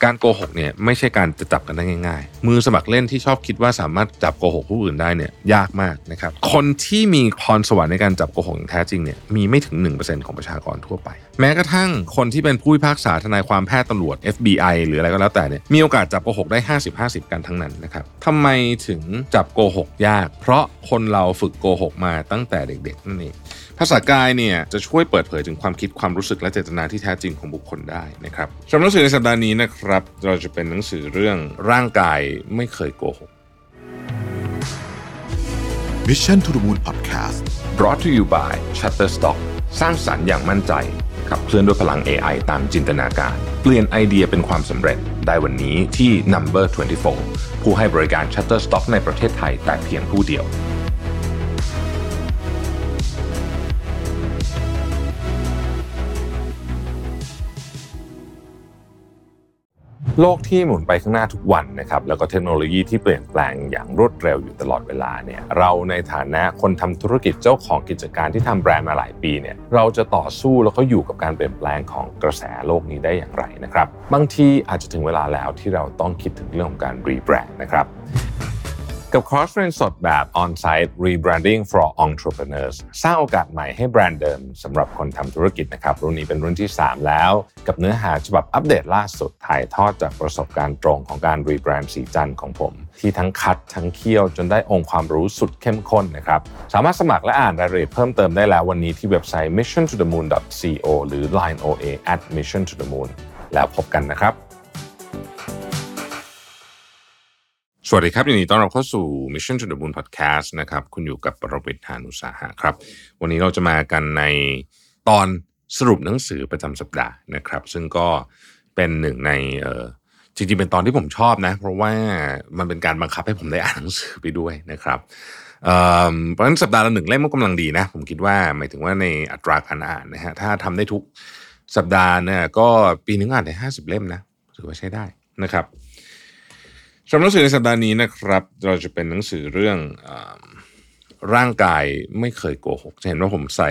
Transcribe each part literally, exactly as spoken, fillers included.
การโกหกเนี่ยไม่ใช่การจะจับกันได้ง่ายๆมือสมัครเล่นที่ชอบคิดว่าสามารถจับโกหกผู้อื่นได้เนี่ยยากมากนะครับคนที่มีพรสวรรค์ในการจับโกหกอย่างแท้จริงเนี่ยมีไม่ถึง หนึ่งเปอร์เซ็นต์ ของประชากรทั่วไปแม้กระทั่งคนที่เป็นผู้พิพากษาทนายความแพทย์ตำรวจ เอฟ บี ไอ หรืออะไรก็แล้วแต่เนี่ยมีโอกาสจับโกหกได้ ห้าสิบ ห้าสิบ กันทั้งนั้นนะครับทำไมถึงจับโกหกยากเพราะคนเราฝึกโกหกมาตั้งแต่เด็กๆนั่นเองภาษากายเนี่ยจะช่วยเปิดเผยถึงความคิดความรู้สึกและเจตนาที่แท้จริงของบุคคลได้นะครับสำหรับหนังสือในสัปดาห์นี้นะครับเราจะเป็นหนังสือเรื่องร่างกายไม่เคยโกหก Mission to the Moon Podcast brought to you by Shutterstock สร้างสรรค์อย่างมั่นใจขับเคลื่อนด้วยพลัง เอ ไอ ตามจินตนาการเปลี่ยนไอเดียเป็นความสำเร็จได้วันนี้ที่ Number ยี่สิบสี่ ผู้ให้บริการ Shutterstock ในประเทศไทยแต่เพียงผู้เดียวโลกที่หมุนไปข้างหน้าทุกวันนะครับแล้วก็เทคโนโลยีที่เปลี่ยนแปลงอย่างรวดเร็วอยู่ตลอดเวลาเนี่ยเราในฐานะคนทำธุรกิจเจ้าของกิจการที่ทำแบรนด์มาหลายปีเนี่ยเราจะต่อสู้แล้วก็อยู่กับการเปลี่ยนแปลงของกระแสโลกนี้ได้อย่างไรนะครับบางทีอาจจะถึงเวลาแล้วที่เราต้องคิดถึงเรื่องของการรีแบรนด์นะครับกับคอร์สเรียนสดแบบ On-site Rebranding for Entrepreneurs สร้างโอกาสใหม่ให้แบรนด์เดิมสำหรับคนทำธุรกิจนะครับรุ่นนี้เป็นรุ่นที่สามแล้วกับเนื้อหาฉบับอัปเดตล่าสุดถ่ายทอดจากประสบการณ์ตรงของการรีแบรนด์สีจันทร์ของผมที่ทั้งคัดทั้งเคี่ยวจนได้องค์ความรู้สุดเข้มข้นนะครับสามารถสมัครและอ่านรายละเอียดเพิ่มเติมได้แล้ววันนี้ที่เว็บไซต์ มิชชั่น ทู เดอะ มูน ดอท ซี โอ หรือ ไลน์ โอ เอ แอท มิชชั่น ทู เดอะ มูน แล้วพบกันนะครับสวัสดีครับยินดีต้อนรับเข้าสู่ Mission to the Moon Podcast นะครับคุณอยู่กับประวิตร หาญอุตสาหะครับวันนี้เราจะมากันในตอนสรุปหนังสือประจำสัปดาห์นะครับซึ่งก็เป็นหนึ่งในเอ่อจริงๆเป็นตอนที่ผมชอบนะเพราะว่ามันเป็นการบังคับให้ผมได้อ่านหนังสือไปด้วยนะครับเอ่อเพราะฉะนั้นสัปดาห์ละหนึ่งเล่มก็กำลังดีนะผมคิดว่าหมายถึงว่าในอัตราการอ่านนะฮะถ้าทำได้ทุกสัปดาห์เนี่ยก็ปีนึงอ่านได้ห้าสิบเล่มนะถือว่าใช้ได้นะครับสำหรับหนังสือในสัปดาห์นี้นะครับเราจะเป็นหนังสือเรื่องร่างกายไม่เคยโกหกจะเห็นว่าผมใส่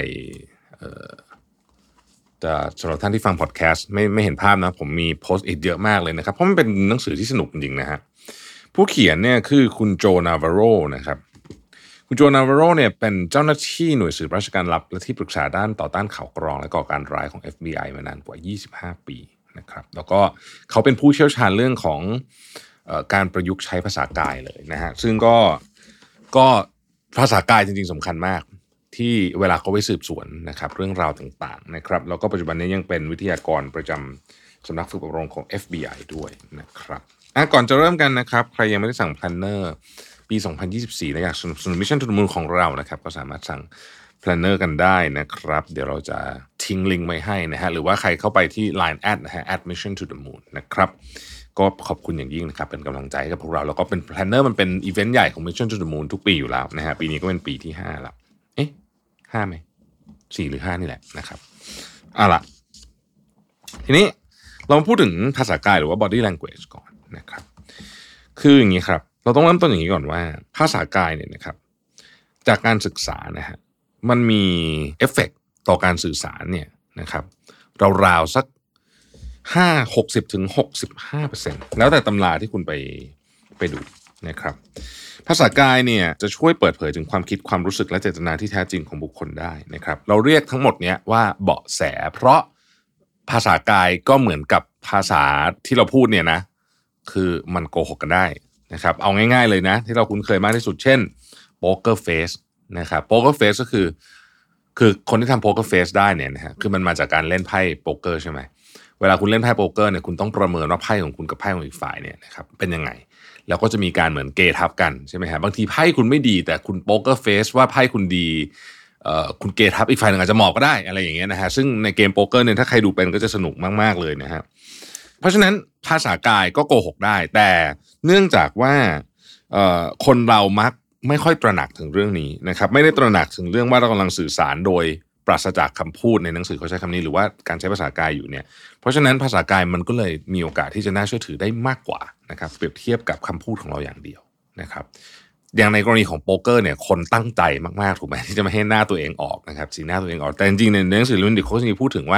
แต่สำหรับท่านที่ฟังพอดแคสต์ไม่ไม่เห็นภาพนะผมมีโพสต์อิทเยอะมากเลยนะครับเพราะมันเป็นหนังสือที่สนุกจริงๆนะฮะผู้เขียนเนี่ยคือคุณโจนาวาโรนะครับคุณโจนาวาโรเนี่ยเป็นเจ้าหน้าที่หน่วยสืบราชการลับและที่ปรึกษาด้านต่อต้านข่าวกรองและก่อการร้ายของ เอฟ บี ไอ มานานกว่ายี่สิบห้าปีนะครับแล้วก็เขาเป็นผู้เชี่ยวชาญเรื่องของการประยุกต์ใช้ภาษากายเลยนะฮะซึ่งก็ก็ภาษากายจริงๆสำคัญมากที่เวลาเขาไปสืบสวนนะครับเรื่องราวต่างๆนะครับแล้วก็ปัจจุบันนี้ยังเป็นวิทยากรประจำสำนักฝึกอบรมของ เอฟ บี ไอ ด้วยนะครับอ่ะก่อนจะเริ่มกันนะครับใครยังไม่ได้สั่งแพลนเนอร์ปีสองพันยี่สิบสี่และอยากสนับสนุน Mission to the Moon ของเรานะครับก็สามารถสั่งแพลนเนอร์กันได้นะครับเดี๋ยวเราจะทิ้งลิงก์ไว้ให้นะฮะหรือว่าใครเข้าไปที่ ไลน์ แอดนะฮะ แอท มิชชั่น ทู เดอะ มูน นะครับก็ขอบคุณอย่างยิ่งนะครับเป็นกำลังใจกับพวกเราแล้วก็เป็นแพลนเนอร์มันเป็นอีเวนต์ใหญ่ของ Mission to the Moon ทุกปีอยู่แล้วนะฮะปีนี้ก็เป็นปีที่ห้าแล้วเอ๊ะห้ามั้ยสี่หรือห้านี่แหละนะครับเอาล่ะทีนี้เรามาพูดถึงภาษากายหรือว่า body language ก่อนนะครับคืออย่างงี้ครับเราต้องเริ่มต้นอย่างนี้ก่อนว่าภาษากายเนี่ยนะครับจากการศึกษานะฮะมันมีเอฟเฟกต์ต่อการสื่อสารเนี่ยนะครับราวๆสักห้า หกสิบถึงหกสิบห้าเปอร์เซ็นต์แล้วแต่ตำราที่คุณไปไปดูนะครับภาษากายเนี่ยจะช่วยเปิดเผยถึงความคิดความรู้สึกและเจตนาที่แท้จริงของบุคคลได้นะครับเราเรียกทั้งหมดเนี้ยว่าเบาะแสเพราะภาษากายก็เหมือนกับภาษาที่เราพูดเนี่ยนะคือมันโกหกกันได้นะครับเอาง่ายๆเลยนะที่เราคุ้นเคยมากที่สุดเช่นโป๊กเกอร์เฟสนะครับโป๊กเกอร์เฟสก็คือคือคนที่ทำโป๊กเกอร์เฟสได้เนี่ยนะฮะคือมันมาจากการเล่นไพ่โป๊กเกอร์ใช่ไหมเวลาคุณเล่นไพ่โป๊กเกอร์เนี่ยคุณต้องประเมินว่าไพ่ของคุณกับไพ่ของอีกฝ่ายเนี่ยนะครับเป็นยังไงแล้วก็จะมีการเหมือนเกทับกันใช่ไหมฮะบางทีไพ่คุณไม่ดีแต่คุณโป๊กเกอร์เฟสว่าไพ่คุณดีเอ่อคุณเกทับอีกฝ่ายนึงอาจจะหมอบก็ได้อะไรอย่างเงี้ยนะฮะซึ่งในเกมโป๊กเกอร์เนี่ยถ้าใครดูเป็นก็จะสนุกมากๆเลยนะฮะเพราะฉะนั้นภาษากายก็โกหกได้แต่เนื่องจากว่าเอ่อคนเรามักไม่ค่อยตระหนักถึงเรื่องนี้นะครับไม่ได้ตระหนักถึงเรื่องว่าเรากำลังสื่อสารโดยปราศจากคำพูดในหนังสือเขาใช้คำนี้หรือว่าการใช้ภาษากายอยู่เนี่ยเพราะฉะนั้นภาษากายมันก็เลยมีโอกาสที่จะน่าเชื่อถือได้มากกว่านะครับเปรียบเทียบกับคำพูดของเราอย่างเดียวนะครับอย่างในกรณีของโป๊กเกอร์เนี่ยคนตั้งใจมากๆถูกไหมที่จะไม่ให้หน้าตัวเองออกนะครับสีหน้าตัวเองออกแต่จริงๆในหนังสือเล่มนี้เขาจะมีพูดถึงว่า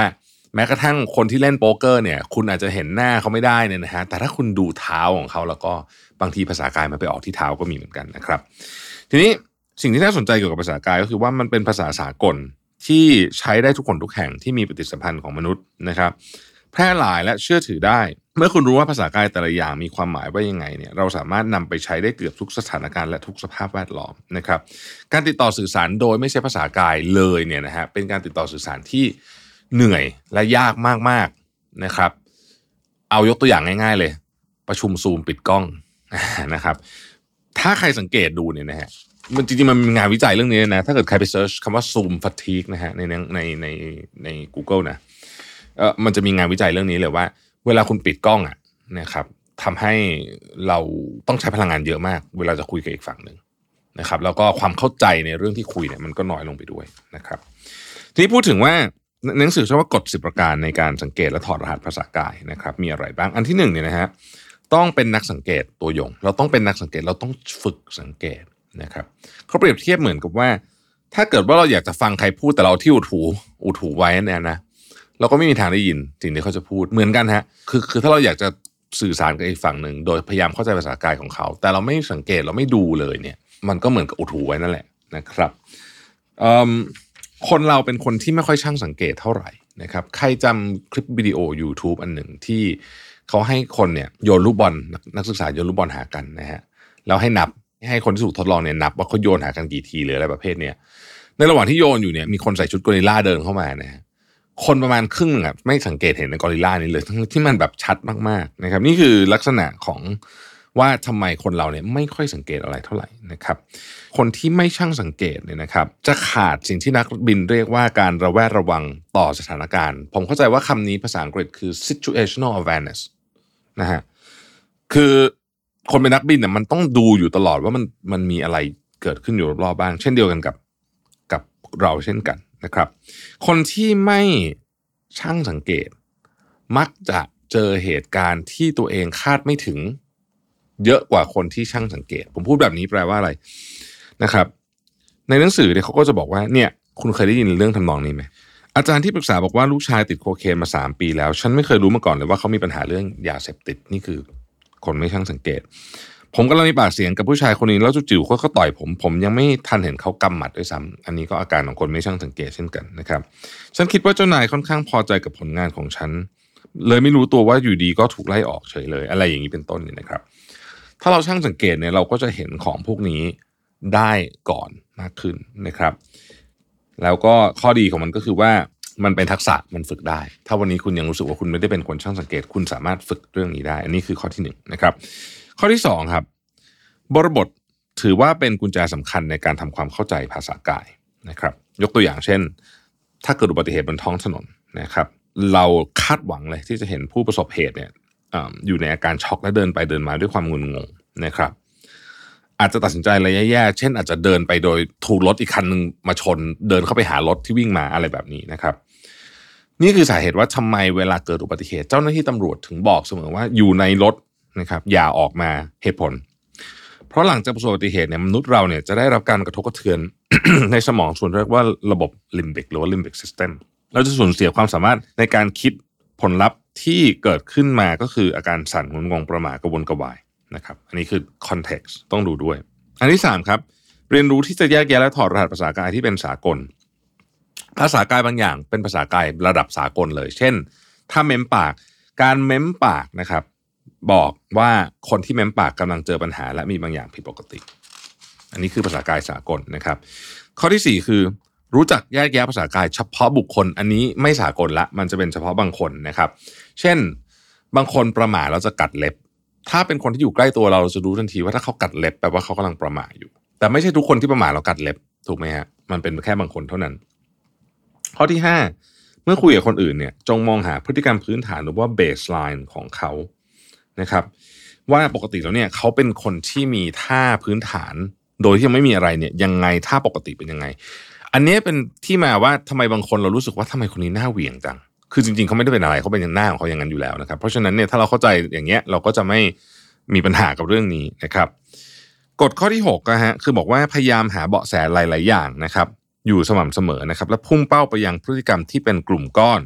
แม้กระทั่งคนที่เล่นโป๊กเกอร์เนี่ยคุณอาจจะเห็นหน้าเขาไม่ได้เนี่ยนะฮะแต่ถ้าคุณดูเท้าของเขาแล้วก็บางทีภาษากายมันไปออกที่เท้าก็มีเหมือนกันนะครับทีนี้สิ่งที่น่าสนใจเกี่ยวกับภาษากายก็คือว่ามันเป็นภาษาสากลที่ใช้ได้ทุกคนทุกแห่งที่มีปฏิสัมพันธ์ของมนุษย์นะครับแพร่หลายและเชื่อถือได้เมื่อคุณรู้ว่าภาษากายแต่ละอย่างมีความหมายว่ายังไงเนี่ยเราสามารถนำไปใช้ได้เกือบทุกสถานการณ์และทุกสภาพแวดล้อมนะครับการติดต่อสื่อสารโดยไม่ใช่ภาษากายเลยเนี่ยนะฮะเป็นการติดต่อสื่อสารที่เหนื่อยและยากมากๆนะครับเอายกตัวอย่างง่ายๆเลยประชุมซูมปิดกล้องนะครับถ้าใครสังเกตดูเนี่ยนะฮะมันจริงๆมันมีงานวิจัยเรื่องนี้นะถ้าเกิดใครไปเซิร์ชคำว่า Zoom fatigue นะฮะในในในใน Google นะเออมันจะมีงานวิจัยเรื่องนี้เลยว่าเวลาคุณปิดกล้องอ่ะนะครับทำให้เราต้องใช้พลังงานเยอะมากเวลาจะคุยกับอีกฝั่งหนึ่งนะครับแล้วก็ความเข้าใจในเรื่องที่คุยเนี่ยมันก็น้อยลงไปด้วยนะครับทีนี้พูดถึงว่าหนังสือชื่อว่ากฎสิบประการในการสังเกตและถอดรหัสภาษากายนะครับมีอะไรบ้างอันที่หนึ่งเนี่ยนะฮะต้องเป็นนักสังเกตตัวยงเราต้องเป็นนักสังเกตเราต้องฝึกสังเกตนะครับเขาเปรียบเทียบเหมือนกับว่าถ้าเกิดว่าเราอยากจะฟังใครพูดแต่เราที่อุดหูอุดหูไว้เนี่ยนะเราก็ไม่มีทางได้ยินสิ่งที่เขาจะพูดเหมือนกันฮะคือคือถ้าเราอยากจะสื่อสารกับอีกฝั่งหนึ่งโดยพยายามเข้าใจภาษากายของเขาแต่เราไม่สังเกตเราไม่ดูเลยเนี่ยมันก็เหมือนกับอุดหูไว้นั่นแหละนะครับคนเราเป็นคนที่ไม่ค่อยช่างสังเกตเท่าไหร่นะครับใครจำคลิปวิดีโอ YouTube อันหนึ่งที่เขาให้คนเนี่ยโยนลูกบอลนักศึกษาโยนลูกบอลหากันนะฮะแล้วให้นับให้คนที่ถูกทดลองเนี่ยนับว่าเขาโยนหากันกี่ทีหรืออะไรประเภทเนี้ยในระหว่างที่โยนอยู่เนี่ยมีคนใส่ชุดกอริลลาเดินเข้ามานะฮะคนประมาณครึ่งนึงอ่ะไม่สังเกตเห็นในกอริลลานี้เลยทั้งที่มันแบบชัดมากๆนะครับนี่คือลักษณะของว่าทำไมคนเราเนี่ยไม่ค่อยสังเกตอะไรเท่าไหร่นะครับคนที่ไม่ช่างสังเกตเนี่ยนะครับจะขาดสิ่งที่นักบินเรียกว่าการระแวดระวังต่อสถานการณ์ผมเข้าใจว่าคำนี้ภาษาอังกฤษคือ situational awareness นะฮะคือคนเป็นนักบินเนี่ยมันต้องดูอยู่ตลอดว่ามันมันมีอะไรเกิดขึ้นอยู่รอบๆบ้างเช่นเดียวกันกับกับเราเช่นกันนะครับคนที่ไม่ช่างสังเกตมักจะเจอเหตุการณ์ที่ตัวเองคาดไม่ถึงเยอะกว่าคนที่ช่างสังเกตผมพูดแบบนี้แปลว่าอะไรนะครับในหนังสือเนี่ยเขาก็จะบอกว่าเนี่ยคุณเคยได้ยินเรื่องทำนองนี้ไหมอาจารย์ที่ปรึกษาบอกว่าลูกชายติดโคเคนมาสามปีแล้วฉันไม่เคยรู้มาก่อนเลยว่าเขามีปัญหาเรื่องยาเสพติดนี่คือคนไม่ช่างสังเกตผมกำลังมีปากเสียงกับผู้ชายคนนี้แล้วจู่ๆเขาก็ต่อยผมผมยังไม่ทันเห็นเขากำหมัดด้วยซ้ำอันนี้ก็อาการของคนไม่ช่างสังเกตเช่นกันนะครับฉันคิดว่าเจ้านายค่อนข้างพอใจกับผลงานของฉันเลยไม่รู้ตัวว่าอยู่ดีก็ถูกไล่ออกเฉยเลยอะไรอย่างนี้เป็นต้นนี่นะครับถ้าเราช่างสังเกตเนี่ยเราก็จะเห็นของพวกนี้ได้ก่อนมากขึ้นนะครับแล้วก็ข้อดีของมันก็คือว่ามันเป็นทักษะมันฝึกได้ถ้าวันนี้คุณยังรู้สึกว่าคุณไม่ได้เป็นคนช่างสังเกตคุณสามารถฝึกเรื่องนี้ได้อันนี้คือข้อที่หนึ่งนะครับข้อที่สองครับบริบทถือว่าเป็นกุญแจสำคัญในการทำความเข้าใจภาษากายนะครับยกตัวอย่างเช่นถ้าเกิดอุบัติเหตุบนท้องถนนนะครับเราคาดหวังเลยที่จะเห็นผู้ประสบเหตุเนี่ยอยู่ในอาการช็อกและเดินไปเดินมาด้วยความงุนงงนะครับอาจจะตัดสินใจอะไรแย่ๆเช่นอาจจะเดินไปโดยถูกรถอีกคันนึงมาชนเดินเข้าไปหารถที่วิ่งมาอะไรแบบนี้นะครับนี่คือสาเหตุว่าทำไมเวลาเกิดอุบัติเหตุเจ้าหน้าที่ตำรวจถึงบอกเสมอว่าอยู่ในรถนะครับอย่าออกมาเหตุผลเพราะหลังจากประสบอุบัติเหตุเนี่ยมนุษย์เราเนี่ยจะได้รับการกระทบกระเทือน ในสมองส่วนเรียกว่าระบบลิมบิกหรือว่า limbic system เราจะสูญเสียความสามารถในการคิดผลลัพธ์ที่เกิดขึ้นมาก็คืออาการสั่นงุนงงประหม่ากระวนกระวายนะครับอันนี้คือ context ต้องดูด้วยอันที่สามครับเรียนรู้ที่จะแยกแยะและถอดรหัสภาษากายที่เป็นสากลภาษากายบางอย่างเป็นภาษากายระดับสากลเลยเช่นถ้าเม้มปากการเม้มปากนะครับบอกว่าคนที่เม้มปากกำลังเจอปัญหาและมีบางอย่างผิดปกติอันนี้คือภาษากายสากลนะครับข้อที่สี่คือรู้จักแยกแยะภาษากายเฉพาะบุคคลอันนี้ไม่สากลละมันจะเป็นเฉพาะบางคนนะครับเช่นบางคนประหม่าแล้วจะกัดเล็บถ้าเป็นคนที่อยู่ใกล้ตัวเราเราจะรู้ทันทีว่าถ้าเขากัดเล็บแปลว่าเขากำลังประหม่าอยู่แต่ไม่ใช่ทุกคนที่ประหม่าเรากัดเล็บถูกไหมฮะมันเป็นแค่บางคนเท่านั้นข้อที่ห้าเมื่อคุยกับคนอื่นเนี่ยจงมองหาพฤติกรรมพื้นฐานหรือว่า baseline ของเขานะครับว่าปกติแล้วเนี่ยเขาเป็นคนที่มีท่าพื้นฐานโดยที่ยังไม่มีอะไรเนี่ยยังไงท่าปกติเป็นยังไงอันนี้เป็นที่มาว่าทำไมบางคนเรารู้สึกว่าทำไมคนนี้หน้าเหวี่ยงจังคือจริงๆเขาไม่ได้เป็นอะไรเขาเป็นอย่างหน้าของเขาอย่างนั้นอยู่แล้วนะครับเพราะฉะนั้นเนี่ยถ้าเราเข้าใจอย่างเงี้ยเราก็จะไม่มีปัญหากับเรื่องนี้นะครับกฎข้อที่หกนะฮะคือบอกว่าพยายามหาเบาะแสหลายๆอย่างนะครับอยู่สม่ำเสมอนะครับและพุ่งเป้าไปยังพฤติกรรมที่เป็นกลุ่มก้อน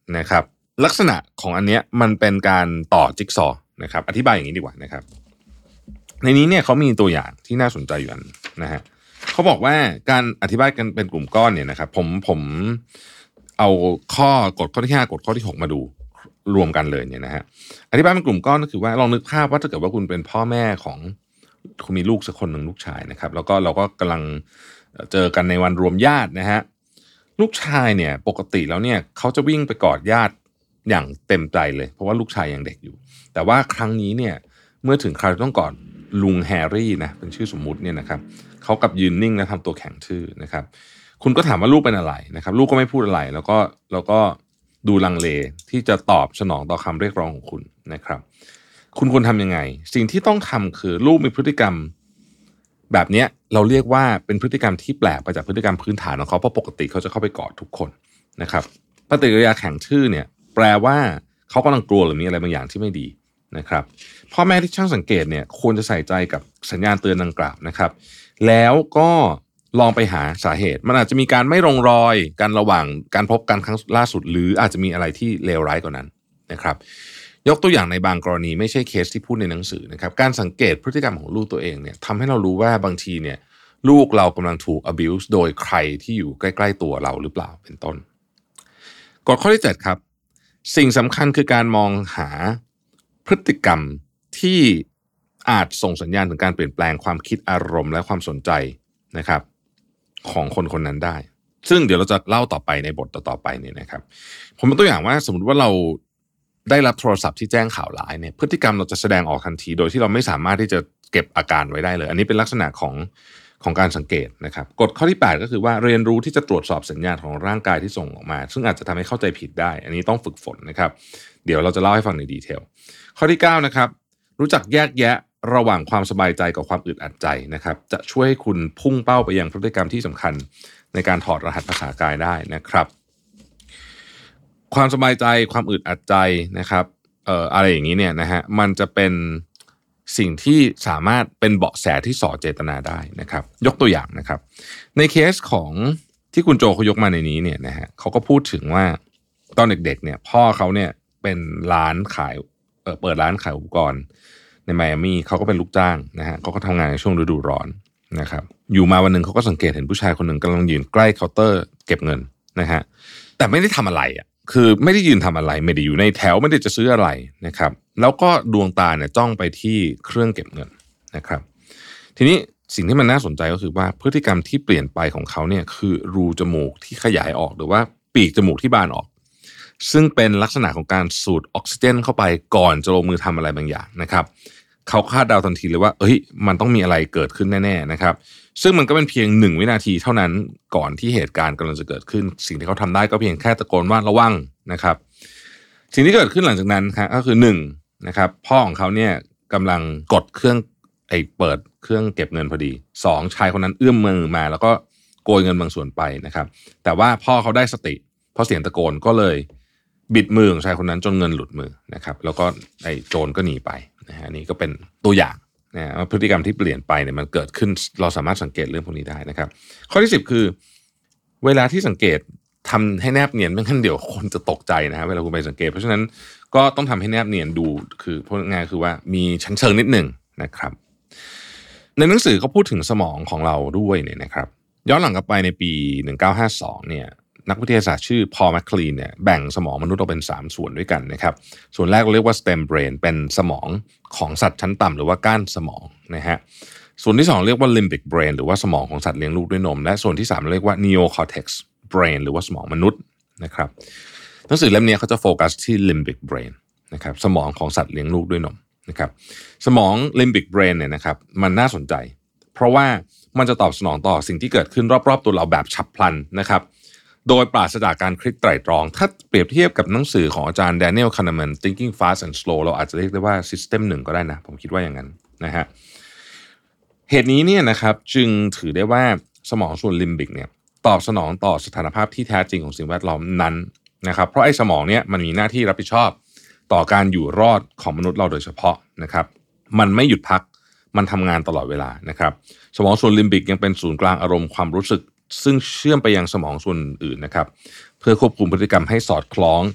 นะครับลักษณะของอันเนี้ยมันเป็นการต่อจิ๊กซอว์นะครับอธิบายอย่างนี้ดีกว่านะครับในนี้เนี่ยเขามีตัวอย่างที่น่าสนใจอยู่อันนะฮะเขาบอกว่าการอธิบายกันเป็นกลุ่มก้อนเนี่ยนะครับผมผมเอาข้อกฎข้อที่ห้ากฎข้อที่หกมาดูรวมกันเลยเนี่ยนะฮะอธิบายเป็นกลุ่มก้อนก็คือว่าลองนึกภาพว่าถ้าเกิดว่าคุณเป็นพ่อแม่ของคุณมีลูกสักคนหนึ่งลูกชายนะครับแล้วก็เราก็กำลังเจอกันในวันรวมญาตินะฮะลูกชายเนี่ยปกติแล้วเนี่ยเขาจะวิ่งไปกอดญาติอย่างเต็มใจเลยเพราะว่าลูกชายยังเด็กอยู่แต่ว่าครั้งนี้เนี่ยเมื่อถึงคราวต้องกอดลุงแฮร์รี่นะเป็นชื่อสมมุติเนี่ยนะครับเขากับยืนนิ่งและทำตัวแข็งทื่อนะครับคุณก็ถามว่าลูกเป็นอะไรนะครับลูกก็ไม่พูดอะไรแล้วก็แล้วก็ดูลังเลที่จะตอบสนองต่อคำเรียกร้องของคุณนะครับคุณควรทำยังไงสิ่งที่ต้องทำคือลูกมีพฤติกรรมแบบนี้เราเรียกว่าเป็นพฤติกรรมที่แปลกไปจากพฤติกรรมพื้นฐานของเขาเพราะปกติเขาจะเข้าไปกอดทุกคนนะครับปฏิกิริยาแข็งทื่อเนี่ยแปลว่าเขากำลังกลัวหรือมีอะไรบางอย่างที่ไม่ดีนะครับพ่อแม่ที่ช่างสังเกตเนี่ยควรจะใส่ใจกับสัญญาณเตือนดังกล่าวนะครับแล้วก็ลองไปหาสาเหตุมันอาจจะมีการไม่ลงรอยกันระหว่างการพบกันครั้งล่าสุดหรืออาจจะมีอะไรที่เลวร้ายกว่านั้นนะครับยกตัวอย่างในบางกรณีไม่ใช่เคสที่พูดในหนังสือนะครับการสังเกตพฤติกรรมของลูกตัวเองเนี่ยทำให้เรารู้ว่าบางทีเนี่ยลูกเรากำลังถูก abuse โดยใครที่อยู่ใกล้ๆตัวเราหรือเปล่าเป็นต้นกฎข้อที่เจ็ดครับสิ่งสำคัญคือการมองหาพฤติกรรมที่อาจส่งสัญญาณถึงการเปลี่ยนแปลงความคิดอารมณ์และความสนใจนะครับของคนคนนั้นได้ซึ่งเดี๋ยวเราจะเล่าต่อไปในบทต่อๆไปเนี่ยนะครับผมเป็นตัวอย่างว่าสมมติว่าเราได้รับโทรศัพท์ที่แจ้งข่าวร้ายเนี่ยพฤติกรรมเราจะแสดงออกทันทีโดยที่เราไม่สามารถที่จะเก็บอาการไว้ได้เลยอันนี้เป็นลักษณะของของการสังเกตนะครับกฎข้อที่แปดก็คือว่าเรียนรู้ที่จะตรวจสอบสัญญาณของร่างกายที่ส่งออกมาซึ่งอาจจะทำให้เข้าใจผิดได้อันนี้ต้องฝึกฝนนะครับเดี๋ยวเราจะเล่าให้ฟังในดีเทลข้อที่เก้านะครับรู้จักแยกแยะระหว่างความสบายใจกับความอึดอัดใจนะครับจะช่วยให้คุณพุ่งเป้าไปยังพฤติกรรมที่สำคัญในการถอดรหัสภาษากายได้นะครับความสบายใจความอึดอัดใจนะครับเอ่ออะไรอย่างนี้เนี่ยนะฮะมันจะเป็นสิ่งที่สามารถเป็นเบาะแสที่ส่อเจตนาได้นะครับยกตัวอย่างนะครับในเคสของที่คุณโจเขายกมาในนี้เนี่ยนะฮะเขาก็พูดถึงว่าตอนเด็กๆเนี่ยพ่อเขาเนี่ยเป็นร้านขายเอ่อเปิดร้านขายอุปกรณ์ในไมอามี่เขาก็เป็นลูกจ้างนะฮะเขาก็ทำงานในช่วงฤดูร้อนนะครับอยู่มาวันหนึ่งเขาก็สังเกตเห็นผู้ชายคนหนึ่งกำลังยืนใกล้เคาน์เตอร์เก็บเงินนะฮะแต่ไม่ได้ทำอะไรอ่ะคือไม่ได้ยืนทำอะไรไม่ได้อยู่ในแถวไม่ได้จะซื้ออะไรนะครับแล้วก็ดวงตาเนี่ยจ้องไปที่เครื่องเก็บเงินนะครับทีนี้สิ่งที่มันน่าสนใจก็คือว่าพฤติกรรมที่เปลี่ยนไปของเขาเนี่ยคือรูจมูกที่ขยายออกหรือว่าปีกจมูกที่บานออกซึ่งเป็นลักษณะของการสูดออกซิเจนเข้าไปก่อนจะลงมือทำอะไรบางอย่างนะครับเขาคาดเดาทันทีเลยว่าเอ้ยมันต้องมีอะไรเกิดขึ้นแน่ๆนะครับซึ่งมันก็เป็นเพียงหนึ่งวินาทีเท่านั้นก่อนที่เหตุการณ์กำลังจะเกิดขึ้นสิ่งที่เขาทำได้ก็เพียงแค่ตะโกนว่าระวังนะครับสิ่งที่เกิดขึ้นหลังจากนั้นครับก็คือหนึ่งนะครับพ่อของเขาเนี่ยกำลังกดเครื่องไอ้เปิดเครื่องเก็บเงินพอดีสองชายคนนั้นเอื้อมมือมาแล้วก็โกยเงินบางส่วนไปนะครับแต่ว่าพ่อเขาได้สติเพราะเสียงตะโกนก็เลยบิดมือของชายคนนั้นจนเงินหลุดมือนะครับแล้วก็ไอ้โจรก็หนีไปนะฮะนี่ก็เป็นตัวอย่างนะว่าพฤติกรรมที่เปลี่ยนไปเนี่ยมันเกิดขึ้นเราสามารถสังเกตเรื่องพวกนี้ได้นะครับข้อที่สิบคือเวลาที่สังเกตทำให้แนบเนียนไม่งั้นเดี๋ยวคนจะตกใจนะฮะเวลาคุณไปสังเกตเพราะฉะนั้นก็ต้องทำให้แนบเนียนดูคือพูดง่ายๆคือว่ามีชั้นเชิงนิดหนึ่งนะครับในหนังสือเขาพูดถึงสมองของเราด้วยเนี่ยนะครับย้อนหลังกลับไปในปีหนึ่งพันเก้าร้อยห้าสิบสองเนี่ยนักวิทยาศาสตร์ชื่อพอล แมคคลีนเนี่ยแบ่งสมองมนุษย์ออกเป็นสามส่วนด้วยกันนะครับส่วนแรกเราเรียกว่า stem brain เป็นสมองของสัตว์ชั้นต่ำหรือว่าก้านสมองนะฮะส่วนที่สองเรียกว่า limbic brain หรือว่าสมองของสัตว์เลี้ยงลูกด้วยนมและส่วนที่สามเรียกว่า neocortex brain หรือว่าสมองมนุษย์นะครับหนังสือเล่มนี้เขาจะโฟกัสที่ limbic brain นะครับสมองของสัตว์เลี้ยงลูกด้วยนมนะครับสมอง limbic brain เนี่ยนะครับมันน่าสนใจเพราะว่ามันจะตอบสนองต่อสิ่งที่เกิดขึ้นรอบๆตัวเราแบบฉับพลันนะครับโดยปราศจากการคิดไตร่ตรองถ้าเปรียบเทียบกับหนังสือของอาจารย์ Daniel Kahneman Thinking Fast and Slow เราอาจจะเรียกได้ว่า System หนึ่งก็ได้นะผมคิดว่าอย่างนั้นนะฮะเหตุนี้เนี่ยนะครับจึงถือได้ว่าสมองส่วนลิมบิกเนี่ยตอบสนองต่อสถานภาพที่แท้จริงของสิ่งแวดล้อมนั้นนะครับเพราะไอ้สมองเนี่ยมันมีหน้าที่รับผิดชอบต่อการอยู่รอดของมนุษย์เราโดยเฉพาะนะครับมันไม่หยุดพักมันทำงานตลอดเวลานะครับสมองส่วนลิมบิกยังเป็นศูนย์กลางอารมณ์ความรู้สึกซึ่งเชื่อมไปยังสมองส่วนอื่นนะครับเพื่อควบคุมพฤติกรรมให้สอดคล้อง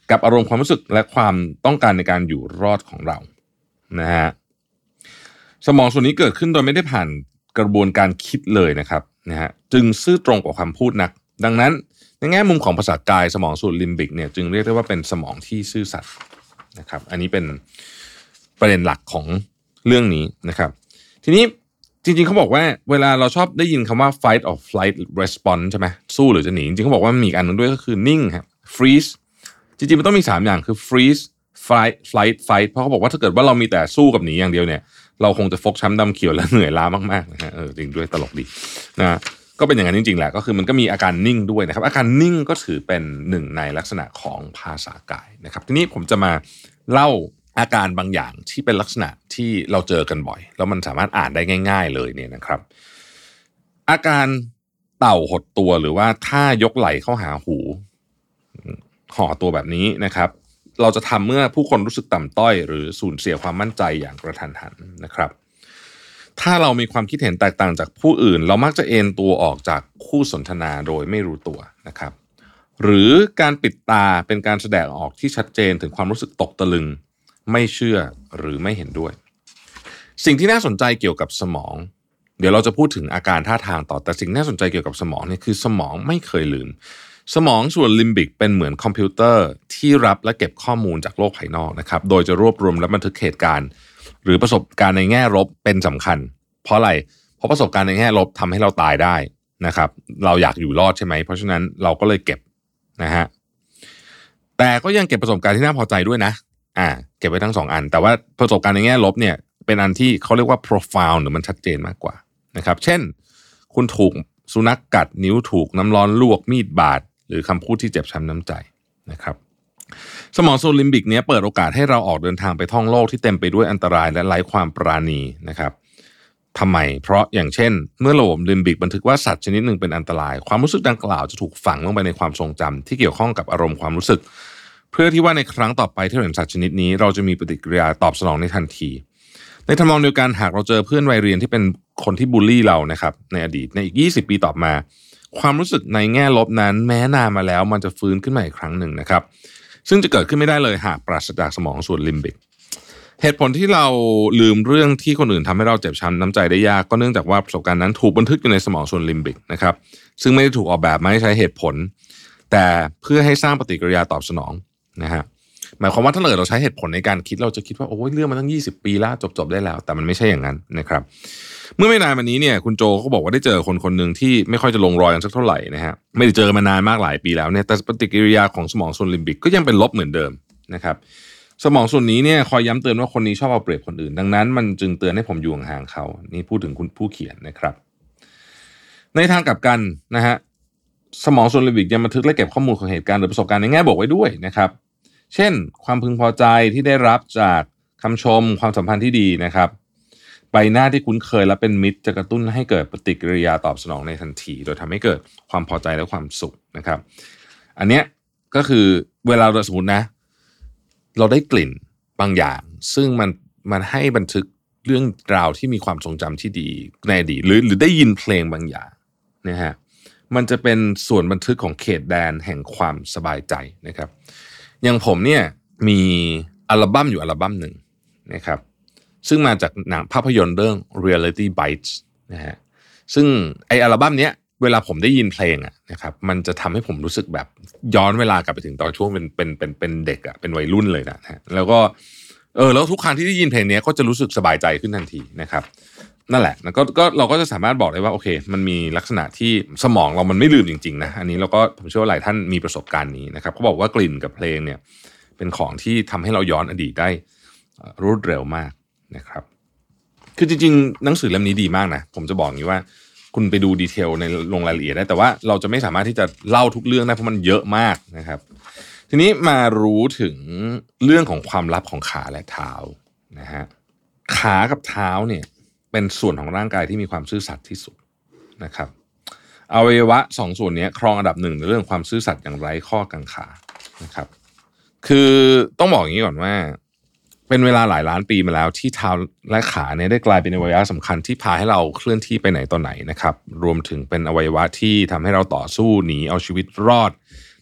กับอารมณ์ความรู้สึกและความต้องการในการอยู่รอดของเรานะฮะสมองส่วนนี้เกิดขึ้นโดยไม่ได้ผ่านกระบวนการคิดเลยนะครับนะฮะจึงซื่อตรงกว่าคำพูดนักดังนั้นในแง่มุมของภาษากายสมองส่วนลิมบิกเนี่ยจึงเรียกได้ว่าเป็นสมองที่ซื่อสัตย์นะครับอันนี้เป็นประเด็นหลักของเรื่องนี้นะครับทีนี้จริงๆเขาบอกว่าเวลาเราชอบได้ยินคำว่า fight or flight response ใช่ไหมสู้หรือจะหนีจริงๆเขาบอกว่ามันมีอีกอันนึงด้วยก็คือนิ่งครับ freeze จริงๆมันต้องมีสามอย่างคือ freeze flight flight fight เพราะเขาบอกว่าถ้าเกิดว่าเรามีแต่สู้กับหนีอย่างเดียวเนี่ยเราคงจะฟกช้ำดำเขียวและเหนื่อยล้ามากๆนะฮะเออจริงด้วยตลกดีนะก็เป็นอย่างนั้นจริงๆแหละก็คือมันก็มีอาการนิ่งด้วยนะครับอาการนิ่งก็ถือเป็นหนึ่งในลักษณะของภาษากายนะครับทีนี้ผมจะมาเล่าอาการบางอย่างที่เป็นลักษณะที่เราเจอกันบ่อยแล้วมันสามารถอ่านได้ง่ายๆเลยเนี่ยนะครับอาการเต่าหดตัวหรือว่าท่ายกไหล่เข้าหาหูห่อตัวแบบนี้นะครับเราจะทำเมื่อผู้คนรู้สึกต่ำต้อยหรือสูญเสียความมั่นใจอย่างกระทันหันนะครับถ้าเรามีความคิดเห็นแตกต่างจากผู้อื่นเรามักจะเอนตัวออกจากคู่สนทนาโดยไม่รู้ตัวนะครับหรือการปิดตาเป็นการแสดงออกที่ชัดเจนถึงความรู้สึกตกตะลึงไม่เชื่อหรือไม่เห็นด้วยสิ่งที่น่าสนใจเกี่ยวกับสมองเดี๋ยวเราจะพูดถึงอาการท่าทางต่อแต่สิ่งน่าสนใจเกี่ยวกับสมองเนี่ยคือสมองไม่เคยลืมสมองส่วนลิมบิกเป็นเหมือนคอมพิวเตอร์ที่รับและเก็บข้อมูลจากโลกภายนอกนะครับโดยจะรวบรวมและบันทึกเหตุการณ์หรือประสบการณ์ในแง่ลบเป็นสำคัญเพราะอะไรเพราะประสบการณ์ในแง่ลบทำให้เราตายได้นะครับเราอยากอยู่รอดใช่ไหมเพราะฉะนั้นเราก็เลยเก็บนะฮะแต่ก็ยังเก็บประสบการณ์ที่น่าพอใจด้วยนะอ่าเก็บไว้ทั้งสองอันแต่ว่าประสบการณ์ในแง่ลบเนี่ยเป็นอันที่เขาเรียกว่า profound หรือมันชัดเจนมากกว่านะครับเช่นคุณถูกสุนัขกัดนิ้วถูกน้ำร้อนลวกมีดบาดหรือคำพูดที่เจ็บช้ำน้ำใจนะครับสมองโซลิมบิกเนี้ยเปิดโอกาสให้เราออกเดินทางไปท่องโลกที่เต็มไปด้วยอันตรายและไร้ความปราณีนะครับทำไมเพราะอย่างเช่นเมื่อระบบลิมบิกบันทึกว่าสัตว์ชนิดหนึ่งเป็นอันตรายความรู้สึกดังกล่าวจะถูกฝังลงไปในความทรงจำที่เกี่ยวข้องกับอารมณ์ความรู้สึกเพื่อที่ว่าในครั้งต่อไปที่เราเห็นสัตว์ชนิดนี้เราจะมีปฏิกิริยาตอบสนองในทันทีในทำนองเดียวกันหากเราเจอเพื่อนวัยเรียนที่เป็นคนที่บูลลี่เรานะครับในอดีตในอีกยี่สิบปีต่อมาความรู้สึกในแง่ลบนั้นแม้นานมาแล้วมันจะฟื้นขึ้นมาอีกครั้งหนึ่งนะครับซึ่งจะเกิดขึ้นไม่ได้เลยหากปราศจากสมองส่วนลิมบิกเหตุผลที่เราลืมเรื่องที่คนอื่นทำให้เราเจ็บช้ำน้ำใจได้ยากก็เนื่องจากว่าประสบการณ์นั้นถูกบันทึกอยู่ในสมองส่วนลิมบิกนะครับซึ่งไม่ได้ถูกออกแบบมาให้ใช้เหตุผลแต่เพื่อให้สร้างปฏิกิริยาตอบสนองนะฮะหมายความว่าถ้าเราใช้เหตุผลในการคิดเราจะคิดว่าโอ้ยเรื่องมันตั้งยี่สิบปีแล้วจบๆได้แล้วแต่มันไม่ใช่อย่างนั้นนะครับเมื่อไม่นานมานี้เนี่ยคุณโจเขาบอกว่าได้เจอคนคนหนึ่งที่ไม่ค่อยจะลงรอยกันสักเท่าไหร่นะฮะไม่ได้เจอมานานมากหลายปีแล้วเนี่ยแต่ปฏิกิริยาของสมองส่วนลิมบิกก็ยังเป็นลบเหมือนเดิมนะครับสมองส่วนนี้เนี่ยคอยย้ำเตือนว่าคนนี้ชอบเอาเปรียบคนอื่นดังนั้นมันจึงเตือนให้ผมอยู่ห่างๆเขานี่พูดถึงคุณผู้เขียนนะครับในทางกลับกันนะฮะสมองส่วนลิมบิกยังบันทึกและเก็บข้อมูลของเหตุการณ์หรือประสบการณ์ในแง่บวกไว้ด้วยนะครับเช่นความพึงพอใจที่ได้รับจากคำชมความสัมพันธ์ที่ดีนะครับใบหน้าที่คุ้นเคยและเป็นมิตรจะกระตุ้นให้เกิดปฏิกิริยาตอบสนองในทันทีโดยทำให้เกิดความพอใจและความสุขนะครับอันเนี้ยก็คือเวลาเราสมมตินะเราได้กลิ่นบางอย่างซึ่งมันมันให้บันทึกเรื่องราวที่มีความทรงจำที่ดีในอดีตหรือหรือได้ยินเพลงบางอย่างนะฮะมันจะเป็นส่วนบันทึกของเขตแดนแห่งความสบายใจนะครับอย่างผมเนี่ยมีอัลบั้มอยู่อัลบั้มหนึ่งนะครับซึ่งมาจากหนังภาพยนตร์เรื่อง Reality Bites นะฮะซึ่งไออัลบั้มเนี้ยเวลาผมได้ยินเพลงอ่ะนะครับมันจะทำให้ผมรู้สึกแบบย้อนเวลากลับไปถึงตอนช่วงเป็นเป็นเป็นเป็นเด็กอ่ะเป็นวัยรุ่นเลยนะฮะแล้วก็เออแล้วทุกครั้งที่ได้ยินเพลงนี้ก็จะรู้สึกสบายใจขึ้นทันทีนะครับนั่นแหละก็ก็เราก็จะสามารถบอกได้ว่าโอเคมันมีลักษณะที่สมองเรามันไม่ลืมจริงๆนะอันนี้เราก็ผมเชื่อว่าหลายท่านมีประสบการณ์นี้นะครับเขาบอกว่ากลิ่นกับเพลงเนี่ยเป็นของที่ทำให้เราย้อนอดีตได้รวดเร็วมากนะครับคือจริงๆหนังสือเล่มนี้ดีมากนะผมจะบอกอย่างนี้ว่าคุณไปดูดีเทลในลงรายละเอียดได้แต่ว่าเราจะไม่สามารถที่จะเล่าทุกเรื่องได้เพราะมันเยอะมากนะครับทีนี้มารู้ถึงเรื่องของความลับของขาและเท้านะฮะขากับเท้าเนี่ยเป็นส่วนของร่างกายที่มีความซื่อสัตย์ที่สุดนะครับอวัยวะสองส่วนนี้ครองอันดับหนึ่งในเรื่องความซื่อสัตย์อย่างไร้ข้อกังขานะครับคือต้องบอกอย่างนี้ก่อนว่าเป็นเวลาหลายล้านปีมาแล้วที่เท้าและขาเนี่ยได้กลายเป็นอวัยวะสำคัญที่พาให้เราเคลื่อนที่ไปไหนต่อไหนนะครับรวมถึงเป็นอวัยวะที่ทำให้เราต่อสู้หนีเอาชีวิตรอด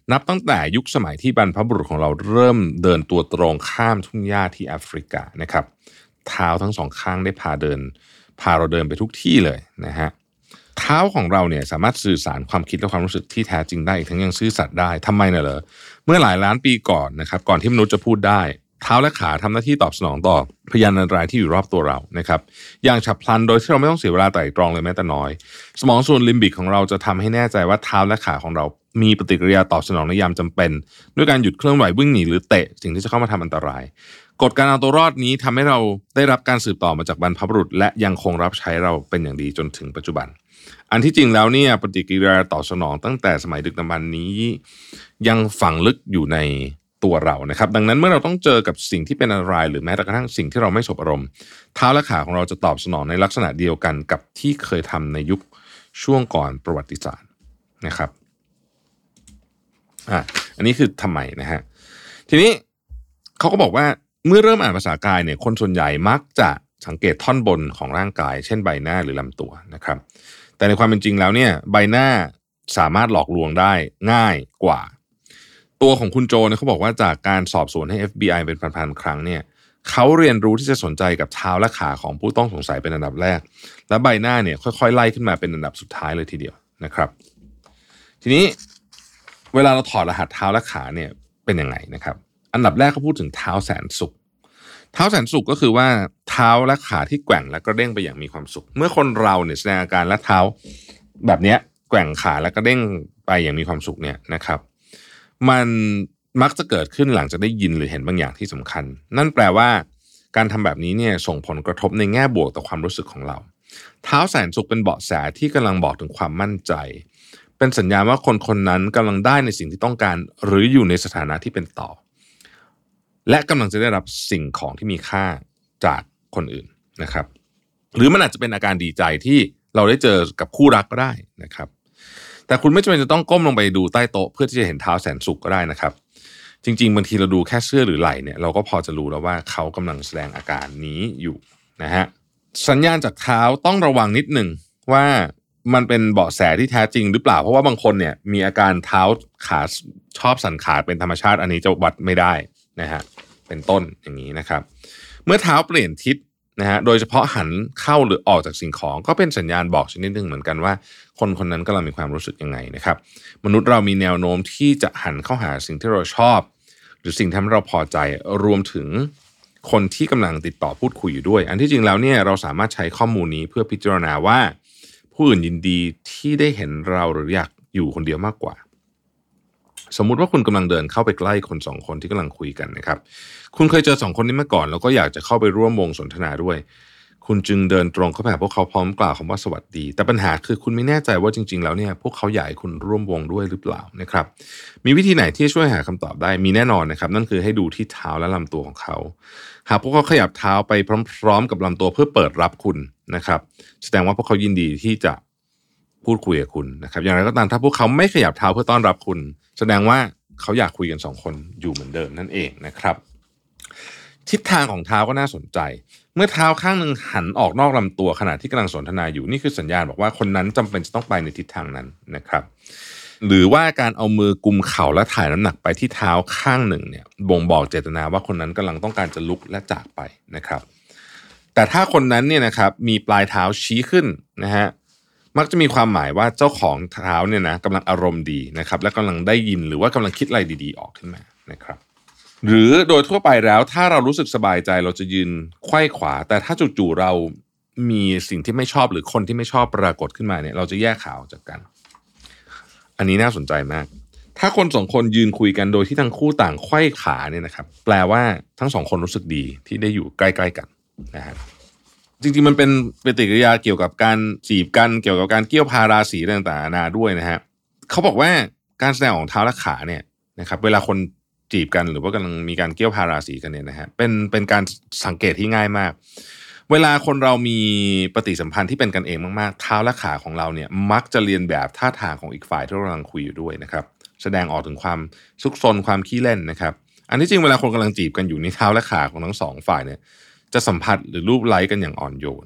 นับตั้งแต่ยุคสมัยที่บรรพบุรุษของเราเริ่มเดินตัวตรงข้ามทุ่งหญ้าที่แอฟริกานะครับเท้าทั้งสองข้างได้พาเดินพาเราเดินไปทุกที่เลยนะฮะเท้าของเราเนี่ยสามารถสื่อสารความคิดและความรู้สึกที่แท้จริงได้อีกทั้งยังซื่อสัตย์ได้ทำไมน่ะเหรอเมื่อหลายล้านปีก่อนนะครับก่อนที่มนุษย์จะพูดได้เท้าและขาทำหน้าที่ตอบสนองต่อพยานอันตรายที่อยู่รอบตัวเรานะครับอย่างฉับพลันโดยที่เราไม่ต้องเสียเวลาไตร่ตรองเลยแม้แต่น้อยสมองส่วนลิมบิกของเราจะทำให้แน่ใจว่าเท้าและขาของเรามีปฏิกิริยาตอบสนองในยามจำเป็นด้วยการหยุดเคลื่อนไหววิ่งหนีหรือเตะสิ่งที่จะเข้ามาทำอันตรายกฎการเอาตัวรอดนี้ทำให้เราได้รับการสืบต่อมาจากบรรพบุรุษและยังคงรับใช้เราเป็นอย่างดีจนถึงปัจจุบันอันที่จริงแล้วเนี่ยปฏิกิริยาตอบสนองตั้งแต่สมัยดึกดำบรรพ์นี้ยังฝังลึกอยู่ในตัวเรานะครับดังนั้นเมื่อเราต้องเจอกับสิ่งที่เป็นอันตรายหรือแม้แต่กระทั่งสิ่งที่เราไม่สบอารมณ์เท้าและขาของเราจะตอบสนองในลักษณะเดียวกันกับที่เคยทำในยุคช่วงก่อนประวัติศาสตร์นะครับอ่ะอันนี้คือทำไมนะฮะทีนี้เขาก็บอกว่าเมื่อเริ่มอ่านภาษากายเนี่ยคนส่วนใหญ่มักจะสังเกตท่อนบนของร่างกายเช่นใบหน้าหรือลำตัวนะครับแต่ในความเป็นจริงแล้วเนี่ยใบหน้าสามารถหลอกลวงได้ง่ายกว่าตัวของคุณโจเนี่ยเขาบอกว่าจากการสอบสวนให้ เอฟ บี ไอ เป็นพันๆครั้งเนี่ยเขาเรียนรู้ที่จะสนใจกับเท้าและขาของผู้ต้องสงสัยเป็นอันดับแรกและใบหน้าเนี่ยค่อยๆไล่ขึ้นมาเป็นอันดับสุดท้ายเลยทีเดียวนะครับทีนี้เวลาเราถอดรหัสเท้าและขาเนี่ยเป็นยังไงนะครับอันดับแรกเขาพูดถึงเท้าแสนสุขเท้าแสนสุขก็คือว่าเท้าและขาที่แกว่งและกระเด้งไปอย่างมีความสุขเมื่อคนเราเนี่ยแสดงอาการและเท้าแบบนี้แกว่งขาและกระเด้งไปอย่างมีความสุขเนี่ยนะครับมันมักจะเกิดขึ้นหลังจากได้ยินหรือเห็นบางอย่างที่สำคัญนั่นแปลว่าการทำแบบนี้เนี่ยส่งผลกระทบในแง่บวกต่อความรู้สึกของเราเท้าแสนสุขเป็นเบาะแสที่กำลังบอกถึงความมั่นใจเป็นสัญญาณว่าคนคนนั้นกำลังได้ในสิ่งที่ต้องการหรืออยู่ในสถานะที่เป็นต่อและกำลังจะได้รับสิ่งของที่มีค่าจากคนอื่นนะครับหรือมันอาจจะเป็นอาการดีใจที่เราได้เจอกับคู่รักก็ได้นะครับแต่คุณไม่จำเป็นจะต้องก้มลงไปดูใต้โต๊ะเพื่อที่จะเห็นเท้าแสนสุขก็ได้นะครับจริงๆบางทีเราดูแค่เสื้อหรือไหล่เนี่ยเราก็พอจะรู้แล้วว่าเขากำลังแสดงอาการนี้อยู่นะฮะสัญญาณจากเท้าต้องระวังนิดหนึ่งว่ามันเป็นเบาะแสที่แท้จริงหรือเปล่าเพราะว่าบางคนเนี่ยมีอาการเท้าขาชอบสั่นขาเป็นธรรมชาติอันนี้จะวัดไม่ได้นะฮะเป็นต้นอย่างนี้นะครับเมื่อเท้าเปลี่ยนทิศนะฮะโดยเฉพาะหันเข้าหรือออกจากสิ่งของก็เป็นสัญญาณบอกชนิดหนึ่งเหมือนกันว่าคนคนนั้นกำลังมีความรู้สึกยังไงนะครับมนุษย์เรามีแนวโน้มที่จะหันเข้าหาสิ่งที่เราชอบหรือสิ่งที่ทำให้เราพอใจรวมถึงคนที่กำลังติดต่อพูดคุยอยู่ด้วยอันที่จริงแล้วเนี่ยเราสามารถใช้ข้อมูลนี้เพื่อพิจารณาว่าผู้อื่นยินดีที่ได้เห็นเราหรืออยากอยู่คนเดียวมากกว่าสมมุติว่าคุณกำลังเดินเข้าไปใกล้คนสองคนที่กำลังคุยกันนะครับคุณเคยเจอสองคนนี้มาก่อนแล้วก็อยากจะเข้าไปร่วมวงสนทนาด้วยคุณจึงเดินตรงเข้าไปหาพวกเขาพร้อมกล่าวคำว่าสวัสดีแต่ปัญหาคือคุณไม่แน่ใจว่าจริงๆแล้วเนี่ยพวกเขาอยากให้คุณร่วมวงด้วยหรือเปล่านะครับมีวิธีไหนที่จะช่วยหาคำตอบได้มีแน่นอนนะครับนั่นคือให้ดูที่เท้าและลำตัวของเขาหากพวกเขาขยับเท้าไปพร้อมๆกับลำตัวเพื่อเปิดรับคุณนะครับแสดงว่าพวกเขายินดีที่จะพูดคุยกับคุณนะครับอย่างไรก็ตามถ้าพวกเขาไม่ขยับเท้าเพื่อต้อนรับคุณแสดงว่าเขาอยากคุยกันสองคนอยู่เหมือนเดิมนั่นเองนะครับทิศทางของเท้าก็น่าสนใจเมื่อเท้าข้างหนึ่งหันออกนอกลำตัวขณะที่กำลังสนทนาอยู่นี่คือสัญญาณบอกว่าคนนั้นจำเป็นจะต้องไปในทิศทางนั้นนะครับหรือว่าการเอามือกุมเข่าและถ่ายน้ำหนักไปที่เท้าข้างหนึ่งเนี่ยบ่งบอกเจตนาว่าคนนั้นกำลังต้องการจะลุกและจากไปนะครับแต่ถ้าคนนั้นเนี่ยนะครับมีปลายเท้าชี้ขึ้นนะฮะมักจะมีความหมายว่าเจ้าของเท้าเนี่ยนะกำลังอารมณ์ดีนะครับและกำลังได้ยินหรือว่ากำลังคิดอะไรดีๆออกขึ้นมานะครับหรือโดยทั่วไปแล้วถ้าเรารู้สึกสบายใจเราจะยืนไขว้ขวาแต่ถ้าจู่ๆเรามีสิ่งที่ไม่ชอบหรือคนที่ไม่ชอบปรากฏขึ้นมาเนี่ยเราจะแยกขาออกจากกันอันนี้น่าสนใจมากถ้าคนสองคนยืนคุยกันโดยที่ทั้งคู่ต่างไขว้ขาเนี่ยนะครับแปลว่าทั้งสองคนรู้สึกดีที่ได้อยู่ใกล้ๆกันนะฮะจริงๆมันเป็นปฏิกิริยาเกี่ยวกับการจีบกันเกี่ยวกับการเกี่ยวพาราสีต่างๆนานาด้วยนะฮะเขาบอกว่าการแสดงของเท้าและขาเนี่ยนะครับเวลาคนจีบกันหรือว่ากำลังมีการเกี่ยวพาราสีกันเนี่ยนะฮะเป็นเป็นการสังเกตที่ง่ายมากเวลาคนเรามีปฏิสัมพันธ์ที่เป็นกันเองมากๆเท้าและขาของเราเนี่ยมักจะเรียนแบบท่าทางของอีกฝ่ายที่เรากำลังคุยอยู่ด้วยนะครับแสดงออกถึงความซุกซนความขี้เล่นนะครับอันที่จริงเวลาคนกำลังจีบกันอยู่ในเท้าและขาของทั้งสองฝ่ายเนี่ยจะสัมผัสหรือรูปไล้กันอย่างอ่อนโยน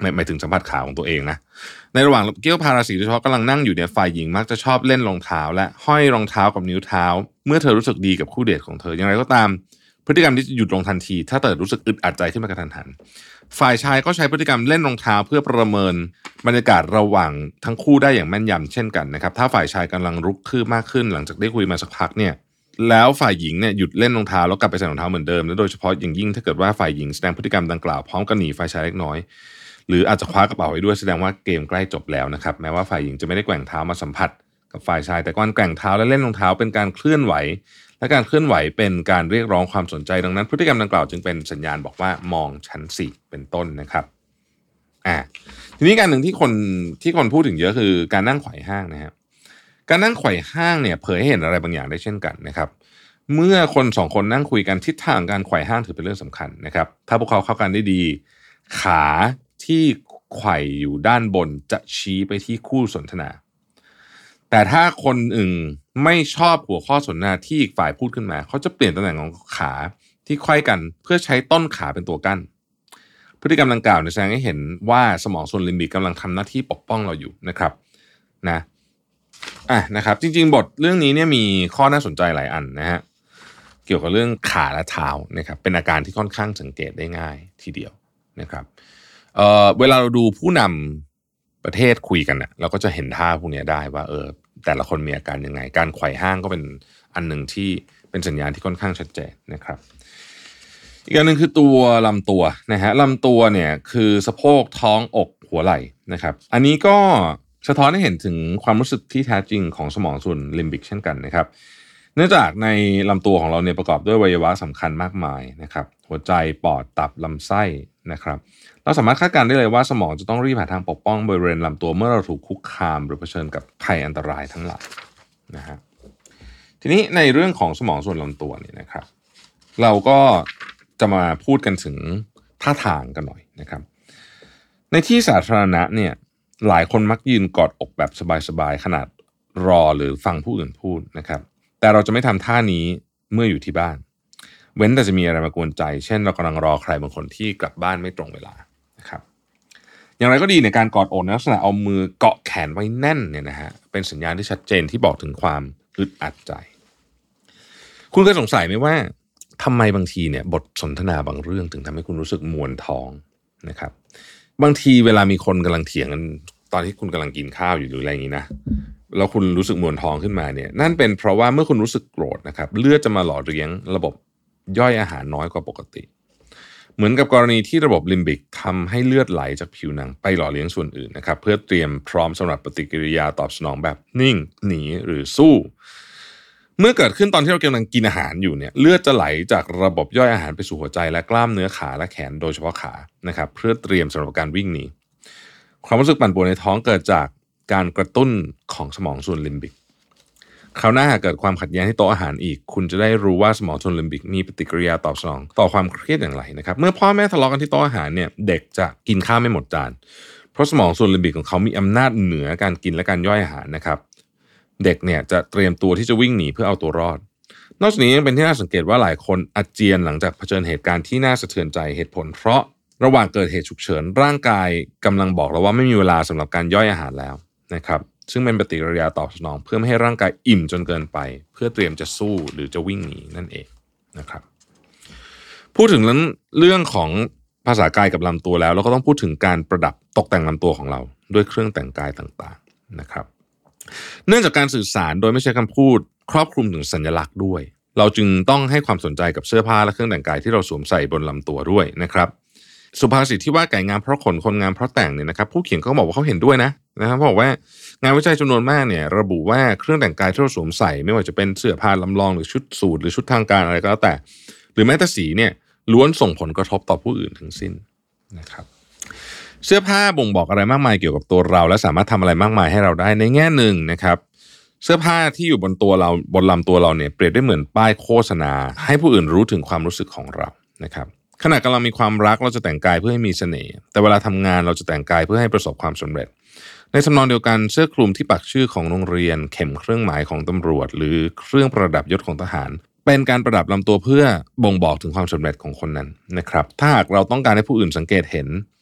หมายหมายถึงสัมผัสขาของตัวเองนะในระหว่างเกี้ยวพาราสีโดยเฉพาะกำลังนั่งอยู่เนี่ยฝ่ายหญิงมักจะชอบเล่นรองเท้าและห้อยรองเท้ากับนิ้วเท้าเมื่อเธอรู้สึกดีกับคู่เดทของเธออย่างไรก็ตามพฤติกรรมที่จะหยุดลงทันทีถ้าเกิดรู้สึกอึดอัดใจขึ้นมากระทันหันฝ่ายชายก็ใช้พฤติกรรมเล่นรองเท้าเพื่อประเมินบรรยากาศระหว่างทั้งคู่ได้อย่างแม่นยำเช่นกันนะครับถ้าฝ่ายชายกำลังรุกคืบมากขึ้นหลังจากได้คุยมาสักพักเนี่ยแล้วฝ่ายหญิงเนี่ยหยุดเล่นรองเท้าแล้วกลับไปใส่รองเท้าเหมือนเดิมและโดยเฉพาะอย่างยิ่งถ้าเกิดว่าฝ่ายหญิงแสดงพฤติกรรมดังกล่าวพร้อมกับหนีฝ่ายชายเล็กน้อยหรืออาจจะคว้ากระเป๋าไว้ด้วยแสดงว่าเกมใกล้จบแล้วนะครับแม้ว่าฝ่ายหญิงจะไม่ได้แกว่งเท้ามาสัมผัสกับฝ่ายชายแต่การแกว่งเท้าและเล่นรองเท้าเป็นการเคลื่อนไหวและการเคลื่อนไหวเป็นการเรียกร้องความสนใจดังนั้นพฤติกรรมดังกล่าวจึงเป็นสัญญาณบอกว่ามองฉันสิเป็นต้นนะครับอ่าทีนี้การหนึ่งที่คนที่คนพูดถึงเยอะคือการนั่งไขว่ห้างนะครับการนั่งไขว่ห้างเนี่ยเผยให้เห็นอะไรบางอย่างได้เช่นกันนะครับเมื่อคนสองคนนั่งคุยกันทิศทางการไขว่ห้างถือเป็นเรื่องสำคัญนะครับถ้าพวกเขาเข้ากันได้ดีขาที่ไขว่อยู่ด้านบนจะชี้ไปที่คู่สนทนาแต่ถ้าคนอื่นไม่ชอบหัวข้อสนทนาที่อีกฝ่ายพูดขึ้นมาเขาจะเปลี่ยนตำแหน่งของขาที่ไขว้กันเพื่อใช้ต้นขาเป็นตัวกั้นพฤติกรรมดังกล่าวแสดงให้เห็นว่าสมองส่วนลิมบิกกำลังทำหน้าที่ปกป้องเราอยู่นะครับนะอ่ะนะครับจริงๆบทเรื่องนี้เนี่ยมีข้อน่าสนใจหลายอันนะฮะเกี่ยวกับเรื่องขาและเท้านะครับเป็นอาการที่ค่อนข้างสังเกตได้ง่ายทีเดียวนะครับเอ่อเวลาเราดูผู้นำประเทศคุยกันนะเราก็จะเห็นท่าพวกนี้ได้ว่าเออแต่ละคนมีอาการยังไงการไขว่ห้างก็เป็นอันหนึ่งที่เป็นสัญญาณที่ค่อนข้างชัดเจนนะครับอีกอันหนึ่งคือตัวลำตัวนะฮะลำตัวเนี่ยคือสะโพกท้องอกหัวไหล่นะครับอันนี้ก็สะท้อนให้เห็นถึงความรู้สึกที่แท้จริงของสมองส่วนลิมบิกเช่นกันนะครับเนื่องจากในลำตัวของเราเนี่ยประกอบด้วยอวัยวะสำคัญมากมายนะครับหัวใจปอดตับลำไส้นะครับเราสามารถคาดการณ์ได้เลยว่าสมองจะต้องรีบหาทางปกป้องบริเวณลำตัวเมื่อเราถูกคุกคามหรือเผชิญกับภัยอันตรายทั้งหลายนะฮะทีนี้ในเรื่องของสมองส่วนลำตัวเนี่ยนะครับเราก็จะมาพูดกันถึงท่าทางกันหน่อยนะครับในที่สาธารณะเนี่ยหลายคนมักยืนกอดอกแบบสบายๆขนาดรอหรือฟังผู้อื่นพูดนะครับแต่เราจะไม่ทำท่านี้เมื่ออยู่ที่บ้านเว้นแต่จะมีอะไรมากวนใจเช่นเรากำลังรอใครบางคนที่กลับบ้านไม่ตรงเวลานะครับอย่างไรก็ดีในการกอดอกในลักษณะเอามือเกาะแขนไว้แน่นเนี่ยนะฮะเป็นสัญญาณที่ชัดเจนที่บอกถึงความอึดอัดใจคุณเคยสงสัยไหมว่าทำไมบางทีเนี่ยบทสนทนาบางเรื่องถึงทำให้คุณรู้สึกมวนท้องนะครับบางทีเวลามีคนกำลังเถียงกันตอนที่คุณกำลังกินข้าวอยู่หรืออะไรอย่างนี้นะแล้วคุณรู้สึกมวนท้องขึ้นมาเนี่ยนั่นเป็นเพราะว่าเมื่อคุณรู้สึกโกรธนะครับเลือดจะมาหล่อเลี้ยงระบบย่อยอาหารน้อยกว่าปกติเหมือนกับกรณีที่ระบบลิมบิกทำให้เลือดไหลจากผิวหนังไปหล่อเลี้ยงส่วนอื่นนะครับเพื่อเตรียมพร้อมสำหรับปฏิกิริยาตอบสนองแบบนิ่งหนีหรือสู้เมื่อเกิดขึ้นตอนที่เรากำลังกินอาหารอยู่เนี่ยเลือดจะไหลจากระบบย่อยอาหารไปสู่หัวใจและกล้ามเนื้อขาและแขนโดยเฉพาะขานะครับเพื่อเตรียมสำหรับการวิ่งหนีความรู้สึกปั่นป่วนในท้องเกิดจากการกระตุ้นของสมองส่วนลิมบิกคราวหน้าหากเกิดความขัดแย้งที่โต๊ะอาหารอีกคุณจะได้รู้ว่าสมองส่วนลิมบิกมีปฏิกิริยาตอบสนองต่อความเครียดอย่างไรนะครับเมื่อพ่อแม่ทะเลาะกันที่โต๊ะอาหารเนี่ยเด็กจะกินข้าวไม่หมดจานเพราะสมองส่วนลิมบิกของเขามีอำนาจเหนือการกินและการย่อยอาหารนะครับเด็กเนี่ยจะเตรียมตัวที่จะวิ่งหนีเพื่อเอาตัวรอดนอกจากนี้ยังเป็นที่น่าสังเกตว่าหลายคนอาเจียนหลังจากเผชิญเหตุการณ์ที่น่าสะเทือนใจเหตุผลเพราะระหว่างเกิดเหตุฉุกเฉินร่างกายกำลังบอกเราว่าไม่มีเวลาสำหรับการย่อยอาหารแล้วนะครับซึ่งเป็นปฏิกิริยาตอบสนองเพื่อไม่ให้ร่างกายอิ่มจนเกินไปเพื่อเตรียมจะสู้หรือจะวิ่งหนีนั่นเองนะครับพูดถึงเรื่องของภาษากายกับลำตัวแล้วเราก็ต้องพูดถึงการประดับตกแต่งลำตัวของเราด้วยเครื่องแต่งกายต่างๆนะครับเนื่องจากการสื่อสารโดยไม่ใช้คำพูดครอบคลุมถึงสัญลักษณ์ด้วยเราจึงต้องให้ความสนใจกับเสื้อผ้าและเครื่องแต่งกายที่เราสวมใส่บนลำตัวด้วยนะครับสุภาษิตที่ว่าไก่งามเพราะขนคนงามเพราะแต่งเนี่ยนะครับผู้เขียนก็บอกว่าเขาเห็นด้วยนะนะครับบอกว่างานวิจัยจำนวนมากเนี่ยระบุว่าเครื่องแต่งกายที่เราสวมใส่ไม่ว่าจะเป็นเสื้อผ้าลำลองหรือชุดสูทหรือชุดทางการอะไรก็แล้วแต่หรือแม้แต่สีเนี่ยล้วนส่งผลกระทบต่อผู้อื่นทั้งสิ้นนะครับเสื้อผ้าบ่งบอกอะไรมากมายเกี่ยวกับตัวเราและสามารถทำอะไรมากมายให้เราได้ในแง่หนึ่งนะครับเสื้อผ้าที่อยู่บนตัวเราบนลำตัวเราเนี่ยเปรียบได้เหมือนป้ายโฆษณาให้ผู้อื่นรู้ถึงความรู้สึกของเรานะครับขณะกำลังมีความรักเราจะแต่งกายเพื่อให้มีเสน่ห์แต่เวลาทำงานเราจะแต่งกายเพื่อให้ประสบความสำเร็จในทำนองเดียวกันเสื้อคลุมที่ปักชื่อของโรงเรียนเข็มเครื่องหมายของตำรวจหรือเครื่องประดับยศของทหารเป็นการประดับลำตัวเพื่อบ่งบอกถึงความสำเร็จของคนนั้นนะครับถ้าหากเราต้องการให้ผู้อื่นสังเกตเห็น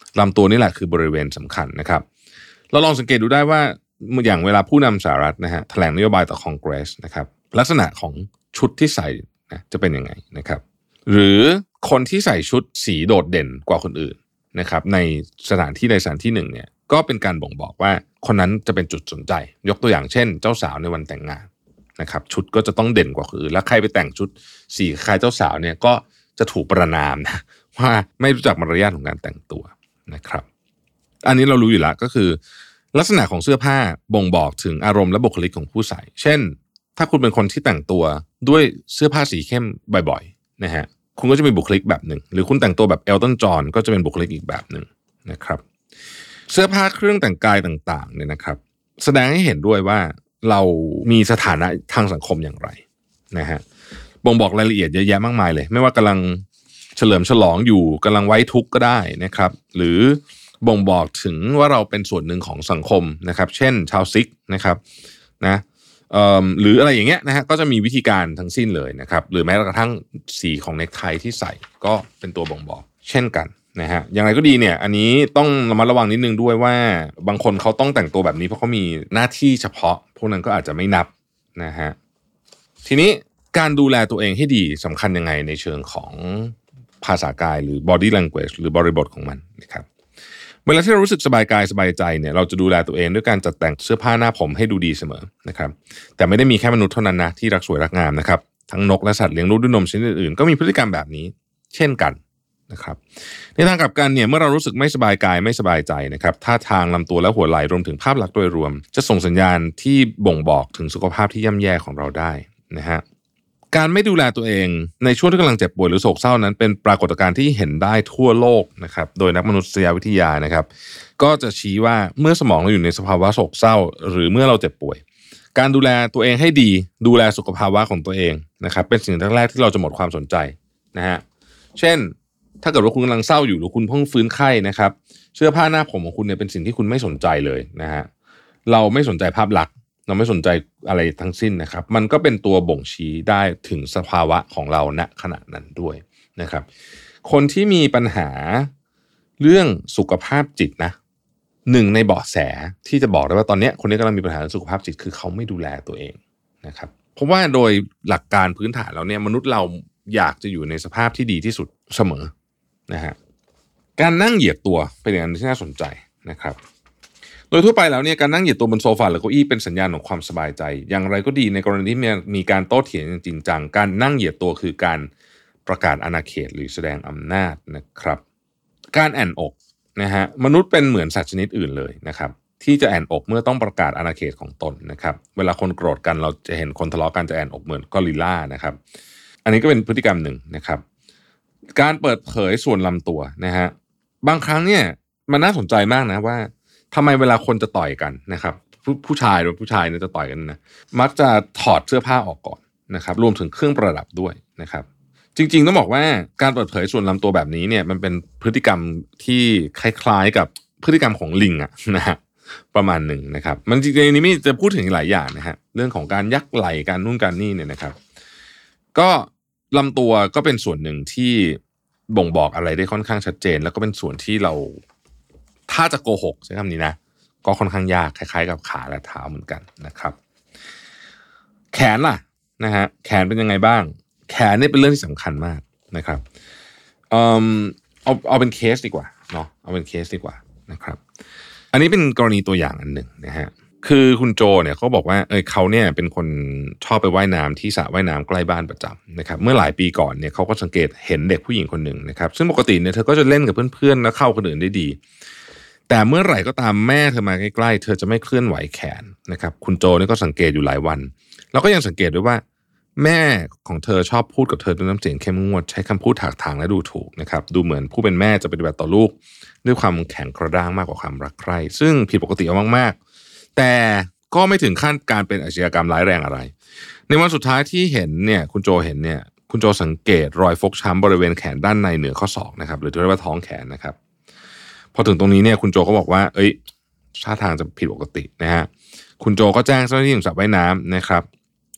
ลำตัวนี่แหละคือบริเวณสำคัญนะครับเราลองสังเกตดูได้ว่าอย่างเวลาผู้นำสหรัฐนะฮะแถลงนโยบายต่อคองเกรสนะครับลักษณะของชุดที่ใส่นะจะเป็นยังไงนะครับหรือคนที่ใส่ชุดสีโดดเด่นกว่าคนอื่นนะครับในสถานที่ใดสถานที่หนึ่งเนี่ยก็เป็นการบ่งบอกว่าคนนั้นจะเป็นจุดสนใจยกตัวอย่างเช่นเจ้าสาวในวันแต่งงานนะครับชุดก็จะต้องเด่นกว่าคนอื่นแล้วใครไปแต่งชุดสีคล้ายเจ้าสาวเนี่ยก็จะถูกประณามนะว่าไม่รู้จักมารยาทของการแต่งตัวนะครับอันนี้เรารู้อยู่แล้วก็คือลักษณะของเสื้อผ้าบ่งบอกถึงอารมณ์และบุคลิกของผู้ใส่เช่นถ้าคุณเป็นคนที่แต่งตัวด้วยเสื้อผ้าสีเข้มบ่อยๆนะฮะคุณก็จะมีบุคลิกแบบหนึ่งหรือคุณแต่งตัวแบบเอลตันจอห์นก็จะเป็นบุคลิกอีกแบบหนึ่งนะครับเสื้อผ้าเครื่องแต่งกายต่างๆเนี่ยนะครับแสดงให้เห็นด้วยว่าเรามีสถานะทางสังคมอย่างไรนะฮะบ่งบอกรายละเอียดเยอะแยะมากมายเลยไม่ว่ากำลังเฉลิมฉลองอยู่กำลังไว้ทุกข์ก็ได้นะครับหรือบ่งบอกถึงว่าเราเป็นส่วนหนึ่งของสังคมนะครับเช่นชาวซิกนะครับนะหรืออะไรอย่างเงี้ยนะฮะก็จะมีวิธีการทั้งสิ้นเลยนะครับหรือแม้กระทั่งสีของเนคไทที่ใส่ก็เป็นตัวบ่งบอกเช่นกันนะฮะอย่างไรก็ดีเนี่ยอันนี้ต้องระมัดระวังนิดนึงด้วยว่าบางคนเขาต้องแต่งตัวแบบนี้เพราะเขามีหน้าที่เฉพาะพวกนั้นก็อาจจะไม่นับนะฮะทีนี้การดูแลตัวเองให้ดีสำคัญยังไงในเชิงของภาษากายหรือ body language หรือบริบทของมันนะครับเวลาที่เรารู้สึกสบายกายสบายใจเนี่ยเราจะดูแลตัวเองด้วยการจัดแต่งเสื้อผ้าหน้าผมให้ดูดีเสมอนะครับแต่ไม่ได้มีแค่มนุษย์เท่านั้นนะที่รักสวยรักงามนะครับทั้งนกและสัตว์เลี้ยงลูกด้วยนมชนิดอื่นๆก็มีพฤติกรรมแบบนี้เช่นกันนะครับในทางกลับกันเนี่ยเมื่อเรารู้สึกไม่สบายกายไม่สบายใจนะครับท่าทางลำตัวและหัวไหล่รวมถึงภาพลักษณ์โดยรวมจะส่งสัญญาณที่บ่งบอกถึงสุขภาพที่ย่ำแย่ของเราได้นะฮะการไม่ดูแลตัวเองในช่วงที่กำลังเจ็บป่วยหรือโศกเศร้านั้นเป็นปรากฏการณ์ที่เห็นได้ทั่วโลกนะครับโดยนักมนุษยวิทยานะครับก็จะชี้ว่าเมื่อสมองเราอยู่ในสภาวะโศกเศร้าหรือเมื่อเราเจ็บป่วยการดูแลตัวเองให้ดีดูแลสุขภาวะของตัวเองนะครับเป็นสิ่งแรกๆที่เราจะหมดความสนใจนะฮะเช่นถ้าเกิดว่าคุณกำลังเศร้าอยู่หรือคุณเพิ่งฟื้นไข้นะครับเสื้อผ้าหน้าผมของคุณเนี่ยเป็นสิ่งที่คุณไม่สนใจเลยนะฮะเราไม่สนใจภาพลักษณ์เราไม่สนใจอะไรทั้งสิ้นนะครับมันก็เป็นตัวบ่งชี้ได้ถึงสภาวะของเราณขณะนั้นด้วยนะครับคนที่มีปัญหาเรื่องสุขภาพจิตนะหนึ่งในเบาะแสที่จะบอกได้ว่าตอนนี้คนนี้กำลังมีปัญหาเรื่องสุขภาพจิตคือเขาไม่ดูแลตัวเองนะครับเพราะว่าโดยหลักการพื้นฐานแล้วเนี่ยมนุษย์เราอยากจะอยู่ในสภาพที่ดีที่สุดเสมอนะฮะการนั่งเหยียดตัวเป็นอย่างที่น่าสนใจนะครับโดยทั่วไปแล้วเนี่ยการนั่งเหยียดตัวบนโซฟาหรือเก้าอี้เป็นสัญญาณของความสบายใจอย่างไรก็ดีในกรณีที่มีการโต้เถียงอย่างจริงจังการนั่งเหยียดตัวคือการประกาศอาณาเขตหรือแสดงอำนาจนะครับการแอนอกนะฮะมนุษย์เป็นเหมือนสัตว์ชนิดอื่นเลยนะครับที่จะแอนอกเมื่อต้องประกาศอาณาเขตของตนนะครับเวลาคนโกรธกันเราจะเห็นคนทะเลาะกันจะแอนอกเหมือนกอริลลานะครับอันนี้ก็เป็นพฤติกรรมหนึ่งนะครับการเปิดเผยส่วนลำตัวนะฮะบางครั้งเนี่ยมันน่าสนใจมากนะว่าทำไมเวลาคนจะต่อยกันนะครับผู้ผู้ชายหรือผู้ชายเนี่ยจะต่อยกันนะมักจะถอดเสื้อผ้าออกก่อนนะครับรวมถึงเครื่องประดับด้วยนะครับจริงๆต้องบอกว่าการเปิดเผยส่วนลำตัวแบบนี้เนี่ยมันเป็นพฤติกรรมที่คล้ายๆกับพฤติกรรมของลิงอะนะฮะประมาณหนึ่งนะครับมันจริงๆนี้มีจะพูดถึงหลายอย่างนะฮะเรื่องของการยักไหล่การนู่นการนี่เนี่ยนะครับก็ลำตัวก็เป็นส่วนหนึ่งที่บ่งบอกอะไรได้ค่อนข้างชัดเจนแล้วก็เป็นส่วนที่เราถ้าจะโกหกใช้คำนี้นะก็ค่อนข้างยากคล้ายๆกับขาและเท้าเหมือนกันนะครับแขนล่ะนะฮะแขนเป็นยังไงบ้างแขนนี่เป็นเรื่องที่สำคัญมากนะครับเอ่อเอาเอาเป็นเคสดีกว่าเนาะเอาเป็นเคสดีกว่านะครับอันนี้เป็นกรณีตัวอย่างอันหนึ่งนะฮะคือคุณโจเนี่ยเขาบอกว่าเออเขาเนี่ยเป็นคนชอบไปว่ายน้ำที่สระว่ายน้ำใกล้บ้านประจำนะครับเมื่อหลายปีก่อนเนี่ยเขาก็สังเกตเห็นเด็กผู้หญิงคนหนึ่งนะครับซึ่งปกติเนี่ยเธอก็จะเล่นกับเพื่อนๆและเข้าคนอื่นได้ดีแต่เมื่อไหร่ก็ตามแม่เธอมาใกล้ๆเธอจะไม่เคลื่อนไหวแขนนะครับคุณโจนี่ก็สังเกตอยู่หลายวันแล้วก็ยังสังเกตด้วยว่าแม่ของเธอชอบพูดกับเธอด้วยน้ำเสียงเข้มงวดใช้คำพูดถากถางและดูถูกนะครับดูเหมือนผู้เป็นแม่จะปฏิบัติต่อลูกด้วยความแข็งกระด้างมากกว่าความรักใคร่ซึ่งผิดปกติมากๆแต่ก็ไม่ถึงขั้นการเป็นอาชญากรรมร้ายแรงอะไรในวันสุดท้ายที่เห็นเนี่ยคุณโจเห็นเนี่ยคุณโจสังเกตรอยฟกช้ำบริเวณแขนด้านในเหนือข้อศอกนะครับหรือที่เรียกว่าท้องแขนนะครับพอถึงตรงนี้เนี่ยคุณโจก็บอกว่าเอ้ยท่าทางจะผิดปกตินะฮะคุณโจก็แจ้งเจ้าหน้าที่ของสระว่ายน้ำนะครับ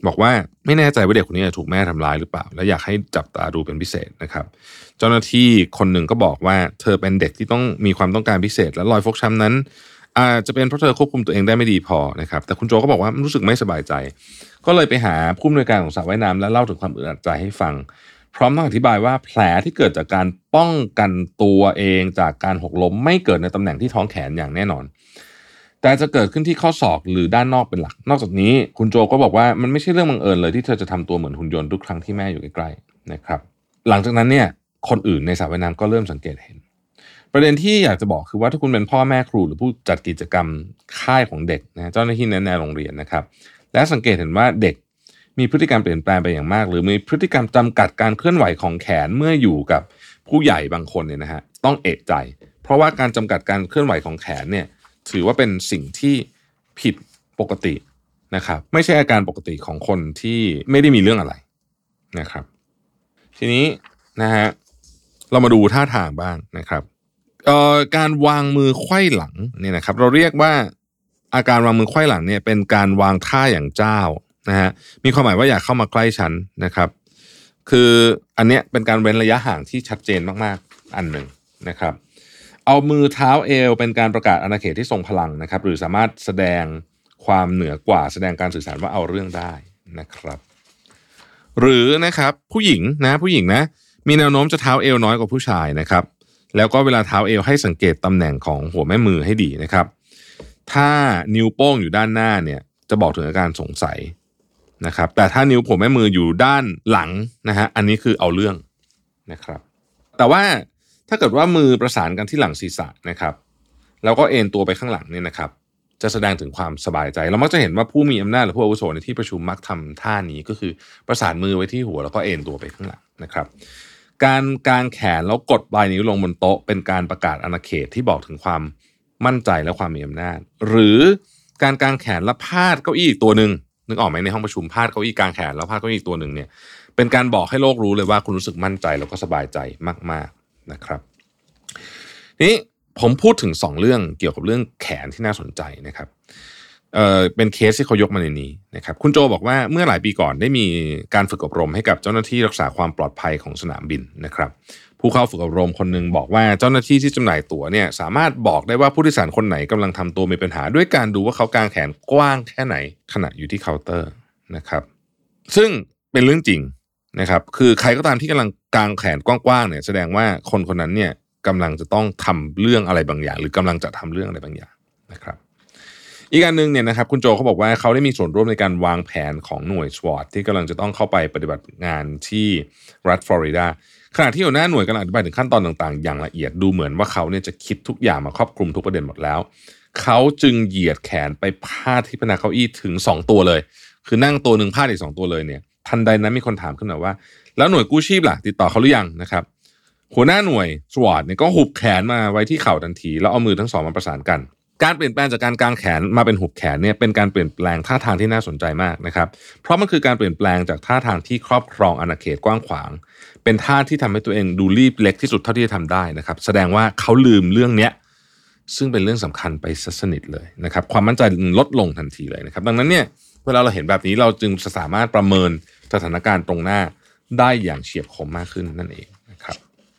บอกว่าไม่แน่ใจว่าเด็กคนนี้ถูกแม่ทำร้ายหรือเปล่าและอยากให้จับตาดูเป็นพิเศษนะครับเจ้าหน้าที่คนหนึ่งก็บอกว่าเธอเป็นเด็กที่ต้องมีความต้องการพิเศษและรอยฟกช้ำนั้นอาจจะเป็นเพราะเธอควบคุมตัวเองได้ไม่ดีพอนะครับแต่คุณโจก็บอกว่ารู้สึกไม่สบายใจก็เลยไปหาผู้อำนวยการของสระว่ายน้ำและเล่าถึงความอึดอัดใจให้ฟังพร้อมทั้งอธิบายว่าแผลที่เกิดจากการป้องกันตัวเองจากการหกล้มไม่เกิดในตำแหน่งที่ท้องแขนอย่างแน่นอนแต่จะเกิดขึ้นที่ข้อศอกหรือด้านนอกเป็นหลักนอกจากนี้คุณโจก็บอกว่ามันไม่ใช่เรื่องบังเอิญเลยที่เธอจะทำตัวเหมือนหุ่นยนต์ทุกครั้งที่แม่อยู่ใกล้ๆนะครับหลังจากนั้นเนี่ยคนอื่นในสระว่ายน้ำก็เริ่มสังเกตเห็นประเด็นที่อยากจะบอกคือว่าถ้าคุณเป็นพ่อแม่ครูหรือผู้จัดกิจกรรมค่ายของเด็กนะเจ้าหน้าที่แนะโรงเรียนนะครับและสังเกตเห็นว่าเด็กมีพฤติกรรมเปลี่ยนแปลงไปอย่างมากหรือมีพฤติกรรมจำกัดการเคลื่อนไหวของแขนเมื่ออยู่กับผู้ใหญ่บางคนเนี่ยนะฮะต้องเอะใจเพราะว่าการจำกัดการเคลื่อนไหวของแขนเนี่ยถือว่าเป็นสิ่งที่ผิดปกตินะครับไม่ใช่อาการปกติของคนที่ไม่ได้มีเรื่องอะไรนะครับทีนี้นะฮะเรามาดูท่าทางบ้างนะครับเอ่อการวางมือไขว้หลังเนี่ยนะครับเราเรียกว่าอาการวางมือไขว้หลังเนี่ยเป็นการวางท่าอย่างเจ้านะฮะมีความหมายว่าอยากเข้ามาใกล้ฉันนะครับคืออันเนี้ยเป็นการเว้นระยะห่างที่ชัดเจนมากๆอันหนึ่งนะครับเอามือเท้าเอวเป็นการประกาศอาณาเขตที่ทรงพลังนะครับหรือสามารถแสดงความเหนือกว่าแสดงการสื่อสารว่าเอาเรื่องได้นะครับหรือนะครับผู้หญิงนะผู้หญิงนะมีแนวโน้มจะเท้าเอวน้อยกว่าผู้ชายนะครับแล้วก็เวลาเท้าเอวให้สังเกตตำแหน่งของหัวแม่มือให้ดีนะครับถ้านิ้วโป้งอยู่ด้านหน้าเนี่ยจะบอกถึงอาการสงสัยนะครับแต่ถ้านิ้วหัวแม่มืออยู่ด้านหลังนะฮะอันนี้คือเอาเรื่องนะครับแต่ว่าถ้าเกิดว่ามือประสานกันที่หลังศีรษะนะครับแล้วก็เอนตัวไปข้างหลังเนี่ยนะครับจะแสดงถึงความสบายใจเรามักจะเห็นว่าผู้มีอำนาจหรือผู้อาวุโสในที่ประชุมมักทำท่านี้ก็คือประสานมือไว้ที่หัวแล้วก็เอนตัวไปข้างหลังนะครับการกางแขนแล้วกดปลายนิ้วลงบนโต๊ะเป็นการประกาศอาณาเขตที่บอกถึงความมั่นใจและความมีอำนาจหรือการกางแขนและพาดเก้าอี้อีกตัวนึงนึกออกไหมในห้องประชุมพาดเก้าอี้กางแขนแล้วพาดเก้าอี้อีกตัวนึงเนี่ยเป็นการบอกให้โลกรู้เลยว่าคุณรู้สึกมั่นใจแล้วก็สบายใจมากๆนะครับนี้ผมพูดถึงสองเรื่องเกี่ยวกับเรื่องแขนที่น่าสนใจนะครับเอ่อเป็นเคสที่เขายกมาในนี้นะครับคุณโจบอกว่าเมื่อหลายปีก่อนได้มีการฝึกอบรมให้กับเจ้าหน้าที่รักษาความปลอดภัยของสนามบินนะครับผู้เข้าฝึกอบรมคนหนึ่งบอกว่าเจ้าหน้าที่ที่จำหน่ายตั๋วเนี่ยสามารถบอกได้ว่าผู้โดยสารคนไหนกำลังทำตัวมีปัญหาด้วยการดูว่าเขากางแขนกว้างแค่ไหนขณะอยู่ที่เคาน์เตอร์นะครับซึ่งเป็นเรื่องจริงนะครับคือใครก็ตามที่กำลังกางแขนกว้างๆเนี่ยแสดงว่าคนคนนั้นเนี่ยกำลังจะต้องทำเรื่องอะไรบางอย่างหรือกำลังจะทำเรื่องอะไรบางอย่างนะครับอีกอันนึงเนี่ยนะครับคุณโจเขาบอกว่าเขาได้มีส่วนร่วมในการวางแผนของหน่วย สวอต ที่กำลังจะต้องเข้าไปปฏิบัติงานที่รัฐฟลอริดาขณะที่หัวหน้าหน่วยกำลังอธิบายถึงขั้นตอนต่างๆอย่างละเอียดดูเหมือนว่าเขาเนี่ยจะคิดทุกอย่างมาครอบคลุมทุกประเด็นหมดแล้วเขาจึงเหยียดแขนไปพาดที่พนักเก้าอี้ถึงสองตัวเลยคือนั่งตัวหนึ่งพาดอีกสองตัวเลยเนี่ยทันใดนั้นมีคนถามขึ้นมาว่าแล้วหน่วยกู้ชีพล่ะติดต่อเขาหรือยังนะครับหัวหน้าหน่วย สวอต เนี่ยก็หุบแขนมาไว้ที่เข่าทันทีแล้วเอามือทั้งสองมาประสานกันการเปลี่ยนแปลงจากการกางแขนมาเป็นหุบแขนเนี่ยเป็นการเปลี่ยนแปลงท่าทางที่น่าสนใจมากนะครับเพราะมันคือการเปลี่ยนแปลงจากท่าทางที่ครอบครองอาณาเขตกว้างขวางเป็นท่าที่ทำให้ตัวเองดูรีบเล็กที่สุดเท่าที่จะทำได้นะครับแสดงว่าเขาลืมเรื่องเนี้ยซึ่งเป็นเรื่องสำคัญไปซะสนิทเลยนะครับความมั่นใจลดลงทันทีเลยนะครับดังนั้นเนี่ยเวลาเราเห็นแบบนี้เราจึงสามารถประเมินสถานการณ์ตรงหน้าได้อย่างเฉียบคมมากขึ้นนั่นเองนะครับ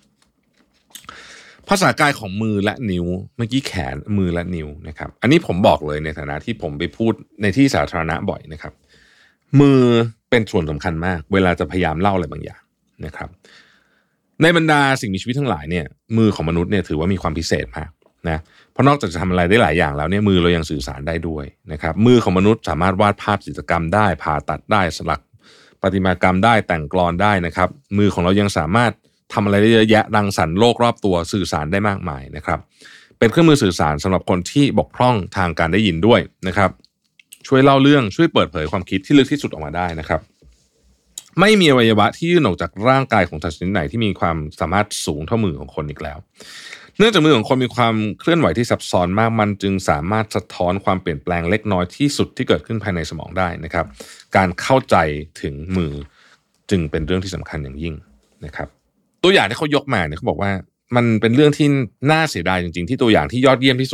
ภาษากายของมือและนิ้วเมื่อกี้แขนมือและนิ้วนะครับอันนี้ผมบอกเลยในฐานะที่ผมไปพูดในที่สาธารณะบ่อยนะครับมือเป็นส่วนสำคัญมากเวลาจะพยายามเล่าอะไรบางอย่างนะครับในบรรดาสิ่งมีชีวิตทั้งหลายเนี่ยมือของมนุษย์เนี่ยถือว่ามีความพิเศษมากนะเพราะนอกจากจะทำอะไรได้หลายอย่างแล้วเนี่ยมือเรายังสื่อสารได้ด้วยนะครับมือของมนุษย์สามารถวาดภาพจิตรกรรมได้ผ่าตัดได้สลักประติมากรรมได้แต่งกลอนได้นะครับมือของเรายังสามารถทำอะไรได้เยอะแยะรังสรรค์โลกรอบตัวสื่อสารได้มากมายนะครับเป็นเครื่องมือสื่อสารสำหรับคนที่บกพร่องทางการได้ยินด้วยนะครับช่วยเล่าเรื่องช่วยเปิดเผยความคิดที่ลึกที่สุดออกมาได้นะครับไม่มีอวัยวะที่ยื่นออกจากร่างกายของสัตว์ชนิดไหนที่มีความสามารถสูงเท่ามือของคนอีกแล้วเนื่องจากมือของคนมีความเคลื่อนไหวที่ซับซ้อนมากมันจึงสามารถสะท้อนความเปลี่ยนแปลงเล็กน้อยที่สุดที่เกิดขึ้นภายในสมองได้นะครับการเข้าใจถึงมือจึงเป็นเรื่องที่สำคัญอย่างยิ่งนะครับตัวอย่างที่เขายกมาเนี่ยเขาบอกว่ามันเป็นเรื่องที่น่าเสียดายจริงๆที่ตัวอย่างที่ยอดเยี่ยมที่สุดที่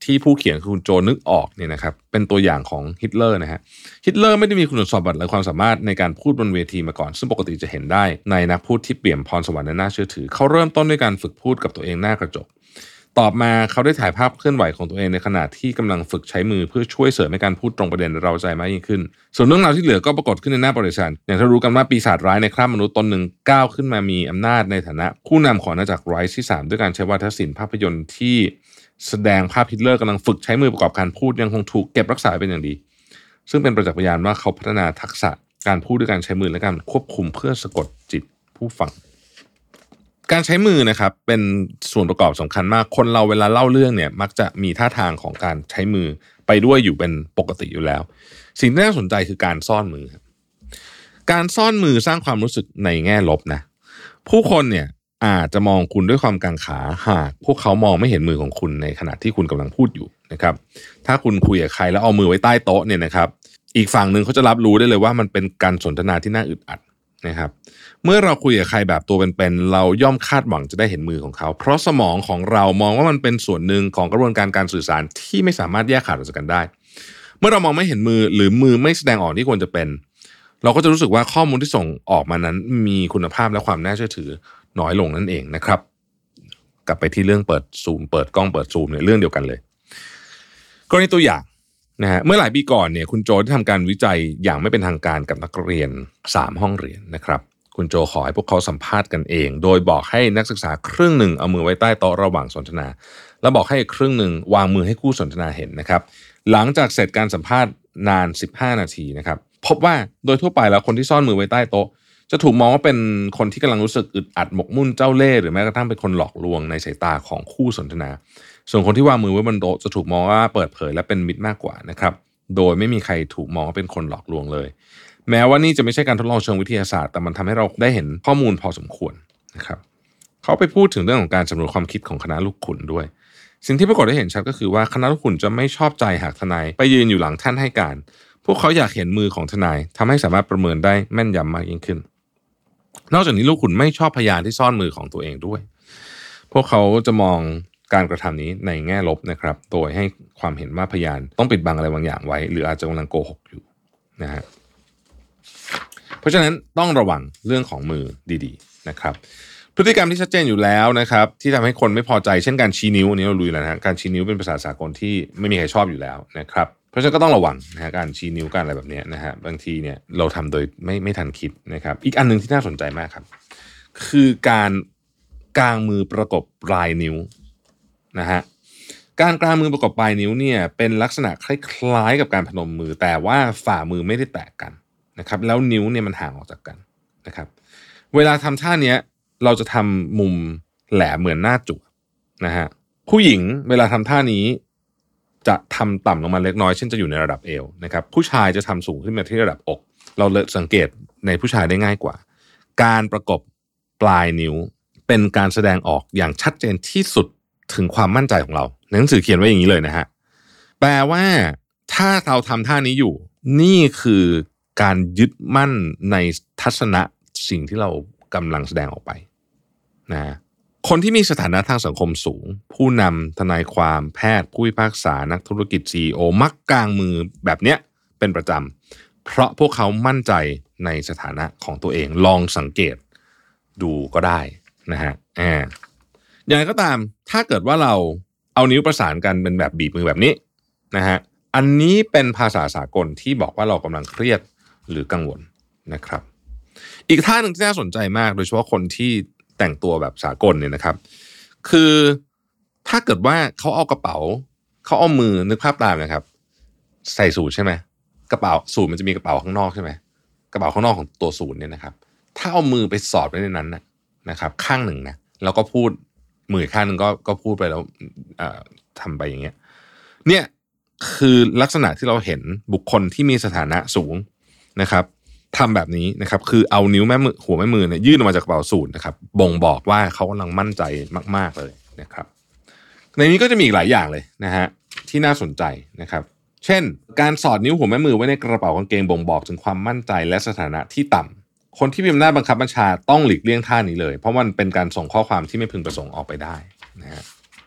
ที่ผู้เขียนคือคุณโจนึกออกเนี่ยนะครับเป็นตัวอย่างของฮิตเลอร์นะฮะฮิตเลอร์ไม่ได้มีคุณสมบัติหรือความสามารถในการพูดบนเวทีมาก่อนซึ่งปกติจะเห็นได้ในนักพูดที่เปี่ยมพรสวรรค์และน่าเชื่อถือเขาเริ่มต้นด้วยการฝึกพูดกับตัวเองหน้ากระจกต่อมาเขาได้ถ่ายภาพเคลื่อนไหวของตัวเองในขณะที่กำลังฝึกใช้มือเพื่อช่วยเสริมให้การพูดตรงประเด็นเราใจมากยิ่งขึ้นส่วนเรื่องราวที่เหลือก็ปรากฏขึ้นในหน้าประวัติศาสตร์อย่างที่รู้กันว่าปีศาจร้ายในคราบมนุษย์ตนหนึ่งก้าวขึ้นมามีอำนาจในฐานะผู้นำของอาณาจักรไรซ์ที่สามด้วยการใช้วาทศิลป์ภาพยนตร์ที่แสดงภาพฮิตเลอร์กำลังฝึกใช้มือประกอบการพูดยังคงถูกเก็บรักษาเป็นอย่างดีซึ่งเป็นประจักษ์พยานว่าเขาพัฒนาทักษะการพูดด้วยการใช้มือและการควบคุมเพื่อสะกดจิตผู้ฟังการใช้มือนะครับเป็นส่วนประกอบสำคัญมากคนเราเวลาเล่าเรื่องเนี่ยมักจะมีท่าทางของการใช้มือไปด้วยอยู่เป็นปกติอยู่แล้วสิ่งที่น่าสนใจคือการซ่อนมือการซ่อนมือสร้างความรู้สึกในแง่ลบนะผู้คนเนี่ยอาจจะมองคุณด้วยความกังขาหากพวกเขามองไม่เห็นมือของคุณในขณะที่คุณกำลังพูดอยู่นะครับถ้าคุณคุยกับใครแล้วเอามือไว้ใต้โต๊ะเนี่ยนะครับอีกฝั่งหนึ่งเขาจะรับรู้ได้เลยว่ามันเป็นการสนทนาที่น่าอึดอัดนะครับเมื่อเราคุยกับใครแบบตัวเป็นๆเราย่อมคาดหวังจะได้เห็นมือของเขาเพราะสมองของเรามองว่ามันเป็นส่วนหนึ่งของกระบวนการการสื่อสารที่ไม่สามารถแยกขาดออกจากกันได้เมื่อเรามองไม่เห็นมือหรือมือไม่แสดงออกที่ควรจะเป็นเราก็จะรู้สึกว่าข้อมูลที่ส่งออกมานั้นมีคุณภาพและความน่าเชื่อถือน้อยลงนั่นเองนะครับกลับไปที่เรื่องเปิดซูมเปิดกล้องเปิดซูมเนี่ยเรื่องเดียวกันเลยกรณีตัวอย่างนะฮะเมื่อหลายปีก่อนเนี่ยคุณโจได้ทำการวิจัยอย่างไม่เป็นทางการกับนักเรียนสามห้องเรียนนะครับคุณโจขอให้พวกเขาสัมภาษณ์กันเองโดยบอกให้นักศึกษาครึ่งหนึ่งเอามือไว้ใต้โต๊ะระหว่างสนทนาแล้วบอกให้ครึ่งหนึ่งวางมือให้คู่สนทนาเห็นนะครับหลังจากเสร็จการสัมภาษณ์นานสิบห้านาทีนะครับพบว่าโดยทั่วไปแล้วคนที่ซ่อนมือไว้ใต้โต๊ะจะถูกมองว่าเป็นคนที่กำลังรู้สึกอึดอัดหมกมุ่นเจ้าเล่ห์หรือแม้กระทั่งเป็นคนหลอกลวงในสายตาของคู่สนทนาส่วนคนที่วางมือไว้บนโต๊ะจะถูกมองว่าเปิดเผยและเป็นมิตรมากกว่านะครับโดยไม่มีใครถูกมองว่าเป็นคนหลอกลวงเลยแม้ว่านี่จะไม่ใช่การทดลองเชิงวิทยาศาสตร์แต่มันทำให้เราได้เห็นข้อมูลพอสมควรนะครับเขาไปพูดถึงเรื่องของการสำรวจความคิดของคณะลูกขุนด้วยสิ่งที่ปรากฏได้เห็นชัดก็คือว่าคณะลูกขุนจะไม่ชอบใจหากทนายไปยืนอยู่หลังแท่นให้การพวกเขาอยากเห็นมือของทนายทำให้สามารถประเมินได้แม่นยำมากยิ่งขึ้นนอกจากนี้ลูกขุนไม่ชอบพยานที่ซ่อนมือของตัวเองด้วยพวกเขาจะมองการกระทำนี้ในแง่ลบนะครับโดยให้ความเห็นว่าพยานต้องปิดบังอะไรบางอย่างไว้หรืออาจจะกำลังโกหกอยู่นะฮะเพราะฉะนั้นต้องระวังเรื่องของมือดีๆนะครับพฤติกรรมที่ชัดเจนอยู่แล้วนะครับที่ทำให้คนไม่พอใจเช่นการชี้นิ้วอันนี้เรารู้อยู่แล้วนะฮะการชี้นิ้วเป็นภาษาสากลที่ไม่มีใครชอบอยู่แล้วนะครับเพราะฉะนั้นก็ต้องระวังนะฮะการชี้นิ้วการอะไรแบบนี้นะฮะบางทีเนี่ยเราทำโดยไม่ไม่ทันคิดนะครับอีกอันนึงที่น่าสนใจมากครับคือการกางมือประกบปลายนิ้วนะฮะการกางมือประกบปลายนิ้วเนี่ยเป็นลักษณะคล้ายๆกับการพนมมือแต่ว่าฝ่ามือไม่ได้แตกกันนะครับแล้วนิ้วเนี่ยมันห่างออกจากกันนะครับเวลาทำท่านี้เราจะทำมุมแหลมเหมือนหน้าจั่วนะฮะผู้หญิงเวลาทำท่านี้จะทำต่ำลงมาเล็กน้อยเช่นจะอยู่ในระดับเอวนะครับผู้ชายจะทำสูงขึ้นมาที่ระดับอกเราเลยสังเกตในผู้ชายได้ง่ายกว่าการประกบปลายนิ้วเป็นการแสดงออกอย่างชัดเจนที่สุดถึงความมั่นใจของเราหนังสือเขียนไว้อย่างนี้เลยนะฮะแปลว่าถ้าเราทำท่านี้อยู่นี่คือการยึดมั่นในทัศนะสิ่งที่เรากำลังแสดงออกไปนะคนที่มีสถานะทางสังคมสูงผู้นำทนายความแพทย์ผู้พิพากษานักธุรกิจ ซี อี โอ มักกางมือแบบเนี้ยเป็นประจำเพราะพวกเขามั่นใจในสถานะของตัวเองลองสังเกตดูก็ได้นะฮะอ่าอย่างไรก็ตามถ้าเกิดว่าเราเอานิ้วประสานกันเป็นแบบบีบมือแบบนี้นะฮะอันนี้เป็นภาษาสากลที่บอกว่าเรากำลังเครียดหรือกังวลนะครับอีกท่าหนึ่งที่น่าสนใจมากโดยเฉพาะคนที่แต่งตัวแบบสากลเนี่ยนะครับคือถ้าเกิดว่าเขาเอากระเป๋าเขาเอามือนึกภาพตามนะครับใส่สูทใช่ไหมกระเป๋าสูทมันจะมีกระเป๋าข้างนอกใช่ไหมกระเป๋าข้างนอกของตัวสูทเนี่ยนะครับถ้าเอามือไปสอดไว้ในนั้นนะนะครับข้างหนึ่งนะแล้วก็พูดมือข้างหนึ่งก็ก็พูดไปแล้วทำไปอย่างเงี้ยเนี่ยคือลักษณะที่เราเห็นบุคคลที่มีสถานะสูงนะครับทำแบบนี้นะครับคือเอานิ้วแม่มือหัวแม่มือเนี่ยยื่นออกมาจากกระเป๋าสูทนะครับบ่งบอกว่าเขากำลังมั่นใจมากๆเลยนะครับในนี้ก็จะมีอีกหลายอย่างเลยนะฮะที่น่าสนใจนะครับเช่นการสอดนิ้วหัวแม่มือไว้ในกระเป๋ากางเกงบ่งบอกถึงความมั่นใจและสถานะที่ต่ำคนที่มีอำนาจบังคับบัญชาต้องหลีกเลี่ยงท่านี้เลยเพราะมันเป็นการส่งข้อความที่ไม่พึงประสงค์ออกไปได้นะฮะ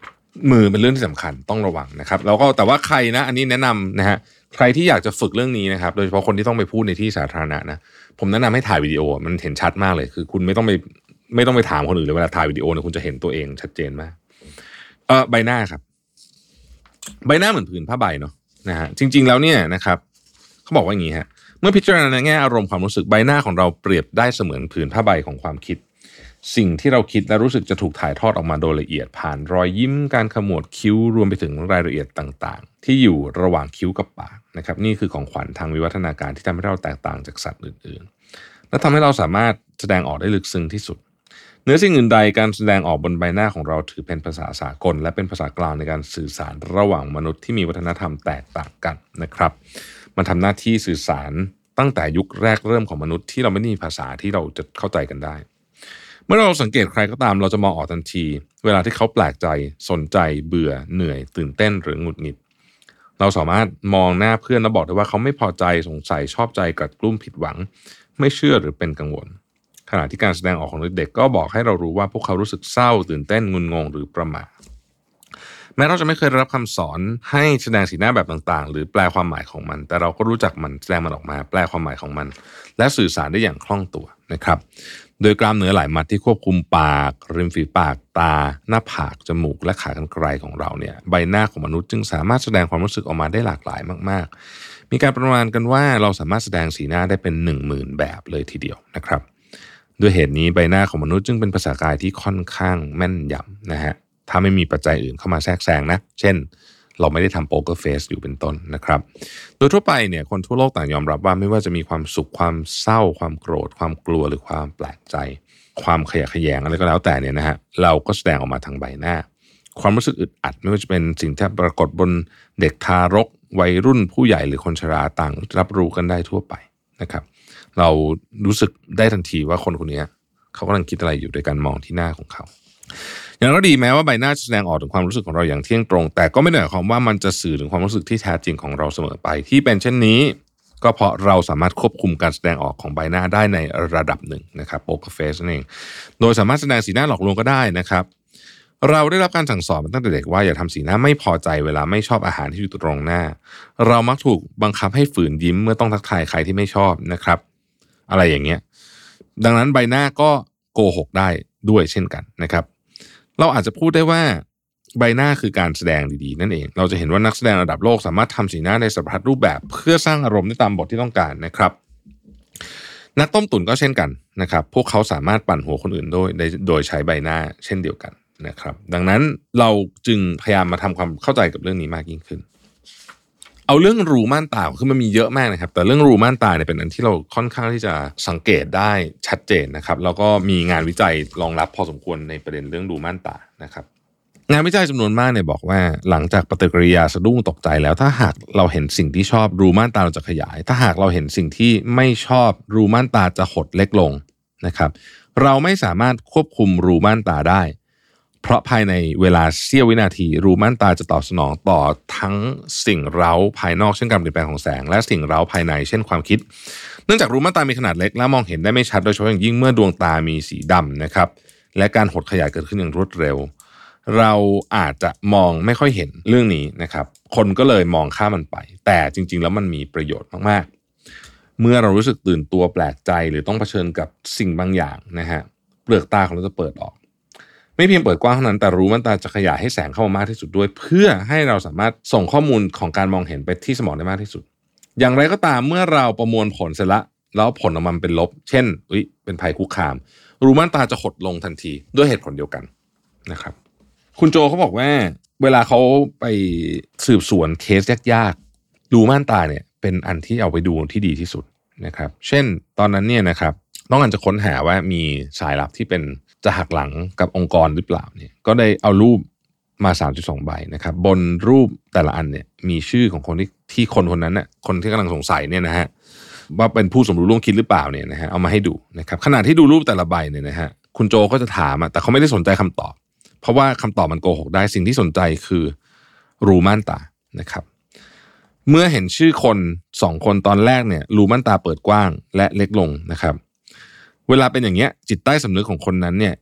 มือเป็นเรื่องที่สำคัญต้องระวังนะครับแล้วก็แต่ว่าใครนะอันนี้แนะนำนะฮะใครที่อยากจะฝึกเรื่องนี้นะครับโดยเฉพาะคนที่ต้องไปพูดในที่สาธารณะนะผมแนะนำให้ถ่ายวิดีโอมันเห็นชัดมากเลยคือคุณไม่ต้องไปไม่ต้องไปถามคนอื่นเลยเวลาถ่ายวิดีโอเนี่ยคุณจะเห็นตัวเองชัดเจนมากเออใบหน้าครับใบหน้าเหมือนผืนผ้าใบเนาะนะฮะจริงๆแล้วเนี่ยนะครับเขาบอกว่าอย่างนี้ฮะเมื่อพิจารณาในแง่อารมณ์ความรู้สึกใบหน้าของเราเปรียบได้เสมือนผืนผ้าใบของความคิดสิ่งที่เราคิดและรู้สึกจะถูกถ่ายทอดออกมาโดยละเอียดผ่านรอยยิ้มการขมวดคิ้วรวมไปถึงรายละเอียดต่างๆที่อยู่ระหว่างคิ้วกับปากนะครับนี่คือของขวัญทางวิวัฒนาการที่ทำให้เราแตกต่างจากสัตว์อื่นๆและทำให้เราสามารถแสดงออกได้ลึกซึ้งที่สุดเหนือสิ่งอื่นใดการแสดงออกบนใบหน้าของเราถือเป็นภาษาสากลและเป็นภาษากลางในการสื่อสารระหว่างมนุษย์ที่มีวัฒนธรรมแตกต่างกันนะครับมันทำหน้าที่สื่อสารตั้งแต่ยุคแรกเริ่มของมนุษย์ที่เราไม่มีภาษาที่เราจะเข้าใจกันได้เมื่อเราสังเกตใครก็ตามเราจะมองออกทันทีเวลาที่เขาแปลกใจสนใจเบื่อเหนื่อยตื่นเต้นหรือหงุดหงิดเราสามารถมองหน้าเพื่อนแล้วบอกได้ว่าเขาไม่พอใจสงสัยชอบใจกัดกลุ้มผิดหวังไม่เชื่อหรือเป็นกังวลขณะที่การแสดงออกของเด็กก็บอกให้เรารู้ว่าพวกเขารู้สึกเศร้าตื่นเต้นงุนงงหรือประหม่าแม้เราจะไม่เคยได้รับคำสอนให้แสดงสีหน้าแบบต่างๆหรือแปลความหมายของมันแต่เราก็รู้จักมันแสดงมันออกมาแปลความหมายของมันและสื่อสารได้อย่างคล่องตัวนะครับโดยกล้ามเนื้อหลายมัดที่ควบคุมปากริมฝีปากตาหน้าผากจมูกและขากรรไกรของเราเนี่ยใบหน้าของมนุษย์จึงสามารถแสดงความรู้สึกออกมาได้หลากหลายมากๆมีการประมาณกันว่าเราสามารถแสดงสีหน้าได้เป็น หนึ่งหมื่น แบบเลยทีเดียวนะครับด้วยเหตุนี้ใบหน้าของมนุษย์จึงเป็นภาษากายที่ค่อนข้างแม่นยำนะฮะถ้าไม่มีปัจจัยอื่นเข้ามาแทรกแซงนะเช่นเราไม่ได้ทำโป๊กเกอร์เฟสอยู่เป็นต้นนะครับโดยทั่วไปเนี่ยคนทั่วโลกต่างยอมรับว่าไม่ว่าจะมีความสุขความเศร้าความโกรธความกลัวหรือความแปลกใจความขยะแขยงอะไรก็แล้วแต่เนี่ยนะฮะเราก็แสดงออกมาทางใบหน้าความรู้สึกอึดอัดไม่ว่าจะเป็นสิ่งที่ปรากฏบนเด็กทารกวัยรุ่นผู้ใหญ่หรือคนชราต่างรับรู้กันได้ทั่วไปนะครับเรารู้สึกได้ทันทีว่าคนคนนี้เขากำลังคิดอะไรอยู่โดยการมองที่หน้าของเขาอย่างไรก็ดีแม้ว่าใบหน้าจะแสดงออกถึงความรู้สึกของเราอย่างเที่ยงตรงแต่ก็ไม่ได้หมายความว่ามันจะสื่อถึงความรู้สึกที่แท้จริงของเราเสมอไปที่เป็นเช่นนี้ก็เพราะเราสามารถควบคุมการแสดงออกของใบหน้าได้ในระดับหนึ่งนะครับโป๊กเกอร์เฟสนั่นเองโดยสามารถแสดงสีหน้าหลอกลวงก็ได้นะครับเราได้รับการสั่งสอนมาตั้งแต่เด็กว่าอย่าทำสีหน้าไม่พอใจเวลาไม่ชอบอาหารที่อยู่ตรงหน้าเรามักถูกบังคับให้ฝืนยิ้มเมื่อต้องทักทายใครที่ไม่ชอบนะครับอะไรอย่างเงี้ยดังนั้นใบหน้าก็โกหกได้ด้วยเช่นกันนะครับเราอาจจะพูดได้ว่าใบหน้าคือการแสดงดีๆนั่นเองเราจะเห็นว่านักแสดงระดับโลกสามารถทำสีหน้าในสารพัดรูปแบบเพื่อสร้างอารมณ์ได้ตามบทที่ต้องการนะครับนักต้มตุ๋นก็เช่นกันนะครับพวกเขาสามารถปั่นหัวคนอื่นโดยโดยใช้ใบหน้าเช่นเดียวกันนะครับดังนั้นเราจึงพยายามมาทำความเข้าใจกับเรื่องนี้มากยิ่งขึ้นเอาเรื่องรูม่านตาคือมันมีเยอะมากนะครับแต่เรื่องรูม่านตาเนี่ยเป็นอันที่เราค่อนข้างที่จะสังเกตได้ชัดเจนนะครับแล้วก็มีงานวิจัยรองรับพอสมควรในประเด็นเรื่องรูม่านตานะครับงานวิจัยจำนวนมากเนี่ยบอกว่าหลังจากปฏิกิริยาสะดุ้งตกใจแล้วถ้าหากเราเห็นสิ่งที่ชอบรูม่านตาเราจะขยายถ้าหากเราเห็นสิ่งที่ไม่ชอบรูม่านตาจะหดเล็กลงนะครับเราไม่สามารถควบคุมรูม่านตาได้เพราะภายในเวลาเสี้ยววินาทีรูม่านตาจะตอบสนองต่อทั้งสิ่งเร้าภายนอกเช่นการเปลี่ยนแปลงของแสงและสิ่งเร้าภายในเช่นความคิดเนื่องจากรูม่านตามีขนาดเล็กและมองเห็นได้ไม่ชัดโดยเฉพาะอย่างยิ่งเมื่อดวงตามีสีดำนะครับและการหดขยายเกิดขึ้นอย่างรวดเร็วเราอาจจะมองไม่ค่อยเห็นเรื่องนี้นะครับคนก็เลยมองข้ามมันไปแต่จริงๆแล้วมันมีประโยชน์มากๆเมื่อเรารู้สึกตื่นตัวแปลกใจหรือต้องเผชิญกับสิ่งบางอย่างนะฮะเปลือกตาของเราจะเปิดออกไม่เพียงเปิดกว้างเท่านั้นแต่รูม่านตาจะขยายให้แสงเข้ามามากที่สุดด้วยเพื่อให้เราสามารถส่งข้อมูลของการมองเห็นไปที่สมองได้มากที่สุดอย่างไรก็ตามเมื่อเราประมวลผลเสร็จแล้วแล้วผลออกมาเป็นลบเช่นอุ๊ยเป็นภัยคุกคามรูม่านตาจะหดลงทันทีด้วยเหตุผลเดียวกันนะครับคุณโจเขาบอกว่าเวลาเขาไปสืบสวนเคสยากๆรูม่านตาเนี่ยเป็นอันที่เอาไปดูที่ดีที่สุดนะครับเช่นตอนนั้นเนี่ยนะครับต้องการจะค้นหาว่ามีสายลับที่เป็นจะหักหลังกับองค์กรหรือเปล่าเนี่ยก็ได้เอารูปมา สามจุดสอง ใบนะครับบนรูปแต่ละอันเนี่ยมีชื่อของคนที่ที่คนคนนั้นน่ะคนที่กำลังสงสัยเนี่ยนะฮะว่าเป็นผู้สมรู้ร่วมคิดหรือเปล่าเนี่ยนะฮะเอามาให้ดูนะครับขณะที่ดูรูปแต่ละใบเนี่ยนะฮะคุณโจก็จะถามอ่ะแต่เขาไม่ได้สนใจคำตอบเพราะว่าคำตอบมันโกหกได้สิ่งที่สนใจคือรูม่านตานะครับเมื่อเห็นชื่อคนสองคนตอนแรกเนี่ยรูม่านตาเปิดกว้างและเล็กลงนะครับเวลาเป็นอย่างเงี้ยจิตใต้สำนึกของคนนั้นเนี่ย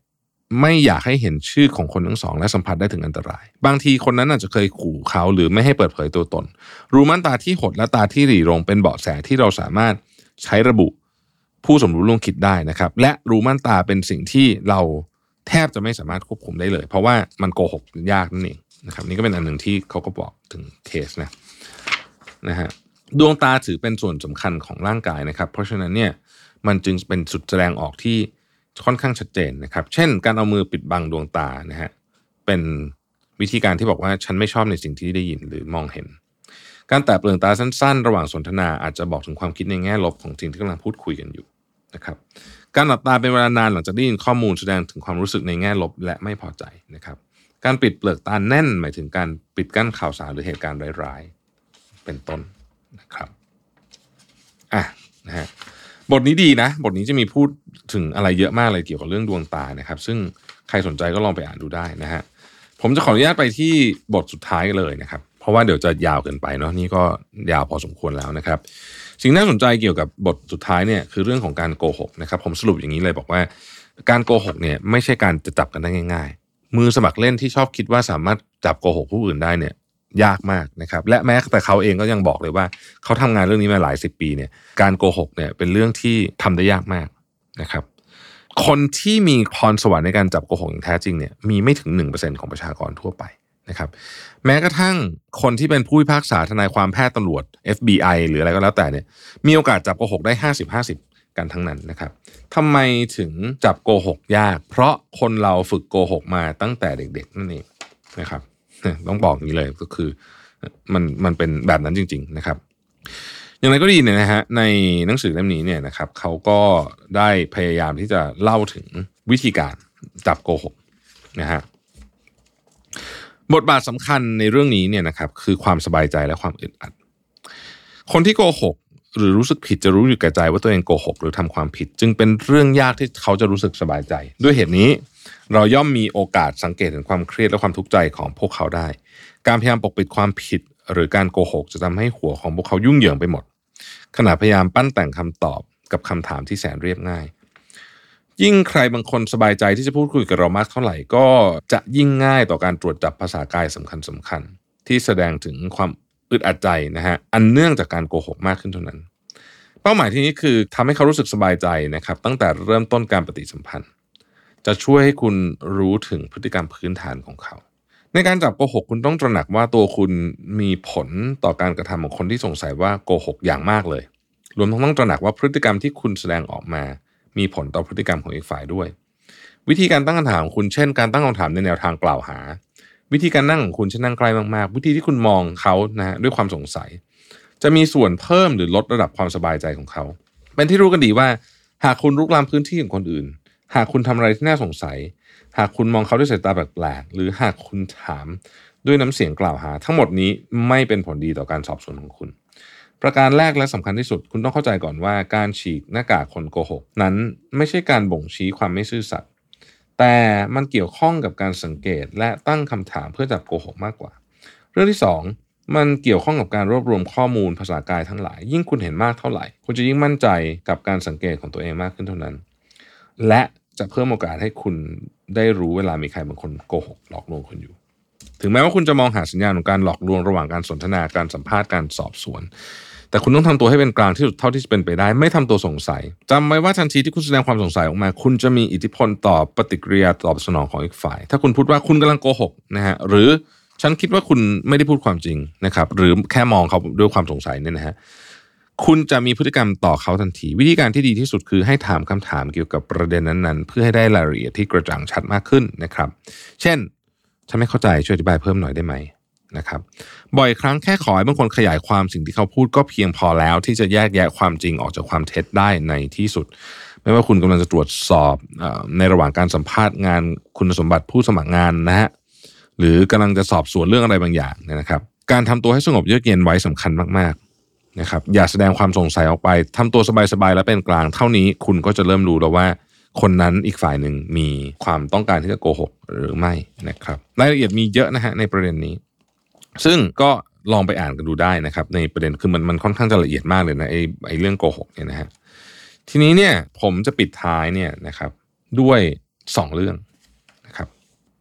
ไม่อยากให้เห็นชื่อของคนทั้งสองและสัมผัสได้ถึงอันตรายบางทีคนนั้นอาจจะเคยขู่เขาหรือไม่ให้เปิดเผยตัวตนรูม่านตาที่หดและตาที่หรี่ลงเป็นเบาะแสที่เราสามารถใช้ระบุผู้สมรู้ร่วมคิดได้นะครับและรูม่านตาเป็นสิ่งที่เราแทบจะไม่สามารถควบคุมได้เลยเพราะว่ามันโกหกยากนั่นเองนะครับนี่ก็เป็นอันหนึ่งที่เขาก็บอกถึงเคสนะนะฮะดวงตาถือเป็นส่วนสำคัญของร่างกายนะครับเพราะฉะนั้นเนี่ยมันจึงเป็นสุดแสดงออกที่ค่อนข้างชัดเจนนะครับเช่นการเอามือปิดบังดวงตานะฮะเป็นวิธีการที่บอกว่าฉันไม่ชอบในสิ่งที่ได้ยินหรือมองเห็นการแตะเปลือกตาสั้นๆระหว่างสนทนาอาจจะบอกถึงความคิดในแง่ลบของสิ่งที่กำลังพูดคุยกันอยู่นะครับการหลับตาเป็นเวลานานหลังจากได้ยินข้อมูลแสดงถึงความรู้สึกในแง่ลบและไม่พอใจนะครับการปิดเปลือกตาแน่นหมายถึงการปิดกั้นข่าวสารหรือเหตุการณ์ร้ายๆเป็นต้นนะครับอ่ะนะฮะบทนี้ดีนะบทนี้จะมีพูดถึงอะไรเยอะมากเลยเกี่ยวกับเรื่องดวงตานะครับซึ่งใครสนใจก็ลองไปอ่านดูได้นะฮะผมจะขออนุญาตไปที่บทสุดท้ายเลยนะครับเพราะว่าเดี๋ยวจะยาวเกินไปเนาะนี่ก็ยาวพอสมควรแล้วนะครับสิ่งน่าสนใจเกี่ยวกับบทสุดท้ายเนี่ยคือเรื่องของการโกหกนะครับผมสรุปอย่างนี้เลยบอกว่าการโกหกเนี่ยไม่ใช่การจะจับกันได้ง่ายๆมือสมัครเล่นที่ชอบคิดว่าสามารถจับโกหกผู้อื่นได้เนี่ยยากมากนะครับและแม้แต่เขาเองก็ยังบอกเลยว่าเขาทำงานเรื่องนี้มาหลายสิบปีเนี่ยการโกหกเนี่ยเป็นเรื่องที่ทำได้ยากมากนะครับคนที่มีพรสวรรค์ในการจับโกหกอย่างแท้จริงเนี่ยมีไม่ถึง หนึ่งเปอร์เซ็นต์ ของประชากรทั่วไปนะครับแม้กระทั่งคนที่เป็นผู้พิพากษาทนายความแพทย์ตำรวจ เอฟ บี ไอ หรืออะไรก็แล้วแต่เนี่ยมีโอกาสจับโกหกได้ ห้าสิบ ห้าสิบ กันทั้งนั้นนะครับทำไมถึงจับโกหกยากเพราะคนเราฝึกโกหกมาตั้งแต่เด็กๆนั่นเองนะครับต้องบอกอย่างนี้เลยก็คือมันมันเป็นแบบนั้นจริงๆนะครับอย่างไรก็ดีเนี่ยนะฮะในหนังสือเล่มนี้เนี่ยนะครับเขาก็ได้พยายามที่จะเล่าถึงวิธีการจับโกหกนะฮะบทบาทสำคัญในเรื่องนี้เนี่ยนะครับคือความสบายใจและความอึดอัดคนที่โกหกหรือรู้สึกผิดจะรู้อยู่แก่ใจว่าตัวเองโกหกหรือทำความผิดจึงเป็นเรื่องยากที่เขาจะรู้สึกสบายใจด้วยเหตุนี้เราย่อมมีโอกาสสังเกตถึงความเครียดและความทุกข์ใจของพวกเขาได้การพยายามปกปิดความผิดหรือการโกหกจะทำให้หัวของพวกเขายุ่งเหยิงไปหมดขณะพยายามปั้นแต่งคำตอบกับคำถามที่แสนเรียบง่ายยิ่งใครบางคนสบายใจที่จะพูดคุยกับเรามากเท่าไหร่ก็จะยิ่งง่ายต่อการตรวจจับภาษากายสำคัญสำคัญที่แสดงถึงความอึดอัดใจนะฮะอันเนื่องจากการโกหกมากขึ้นเท่านั้นเป้าหมายที่นี้คือทำให้เขารู้สึกสบายใจนะครับตั้งแต่เริ่มต้นการปฏิสัมพันธ์จะช่วยให้คุณรู้ถึงพฤติกรรมพื้นฐานของเขาในการจับโกหกคุณต้องตระหนักว่าตัวคุณมีผลต่อการกระทำของคนที่สงสัยว่าโกหกอย่างมากเลยรวมทั้งต้องตระหนักว่าพฤติกรรมที่คุณแสดงออกมามีผลต่อพฤติกรรมของอีกฝ่ายด้วยวิธีการตั้งคำถามของคุณเช่นการตั้งคำถามในแนวทางกล่าวหาวิธีการนั่งของคุณเช่นนั่งใกล้มากๆวิธีที่คุณมองเขานะฮะด้วยความสงสัยจะมีส่วนเพิ่มหรือลดระดับความสบายใจของเขาเป็นที่รู้กันดีว่าหากคุณรุกรานพื้นที่ของคนอื่นหากคุณทำอะไรที่น่าสงสัยหากคุณมองเขาด้วยสายตาแปลกๆหรือหากคุณถามด้วยน้ำเสียงกล่าวหาทั้งหมดนี้ไม่เป็นผลดีต่อการสอบสวนของคุณประการแรกและสำคัญที่สุดคุณต้องเข้าใจก่อนว่าการฉีกหน้ากากคนโกหกนั้นไม่ใช่การบ่งชี้ความไม่ซื่อสัตย์แต่มันเกี่ยวข้องกับการสังเกตและตั้งคำถามเพื่อจับโกหกมากกว่าเรื่องที่สองมันเกี่ยวข้องกับการรวบรวมข้อมูลภาษากายทั้งหลายยิ่งคุณเห็นมากเท่าไหร่คุณจะยิ่งมั่นใจกับการสังเกตของตัวเองมากขึ้นเท่านั้นและจะเพิ่มโอกาสให้คุณได้รู้เวลามีใครบางคนโกหกหลอกลวงคุณอยู่ถึงแม้ว่าคุณจะมองหาสัญญาณของการหลอกลวงระหว่างการสนทนาการสัมภาษณ์การสอบสวนแต่คุณต้องทำตัวให้เป็นกลางที่สุดเท่าที่จะเป็นไปได้ไม่ทำตัวสงสัยจำไว้ว่าทันทีที่คุณแสดงความสงสัยออกมาคุณจะมีอิทธิพลต่อปฏิกิริยาตอบสนองของอีกฝ่ายถ้าคุณพูดว่าคุณกำลังโกหกนะฮะหรือฉันคิดว่าคุณไม่ได้พูดความจริงนะครับหรือแค่มองเขาด้วยความสงสัยเนี่ยนะฮะคุณจะมีพฤติกรรมต่อเขาทันทีวิธีการที่ดีที่สุดคือให้ถามคำถามเกี่ยวกับประเด็นนั้นๆเพื่อให้ได้รายละเอียดที่กระจ่างชัดมากขึ้นนะครับเช่นฉันไม่เข้าใจช่วยอธิบายเพิ่มหน่อยได้ไหมนะครับบ่อยครั้งแค่ขอให้บางคนขยายความสิ่งที่เขาพูดก็เพียงพอแล้วที่จะแยกแยะความจริงออกจากความเท็จได้ในที่สุดไม่ว่าคุณกำลังจะตรวจสอบในระหว่างการสัมภาษณ์งานคุณสมบัติผู้สมัครงานนะฮะหรือกำลังจะสอบสวนเรื่องอะไรบางอย่างนะครับการทำตัวให้สงบเยือกเย็นไว้สำคัญมากๆนะครับอย่าแสดงความสงสัยออกไปทำตัวสบายๆและเป็นกลางเท่านี้คุณก็จะเริ่มรู้แล้วว่าคนนั้นอีกฝ่ายหนึ่งมีความต้องการที่จะโกหกหรือไม่นะครับรายละเอียดมีเยอะนะฮะในประเด็นนี้ซึ่งก็ลองไปอ่านกันดูได้นะครับในประเด็นคือมันมันค่อนข้างจะละเอียดมากเลยนะไอ้ไอ้เรื่องโกหกเนี่ยนะฮะทีนี้เนี่ยผมจะปิดท้ายเนี่ยนะครับด้วยสองเรื่อง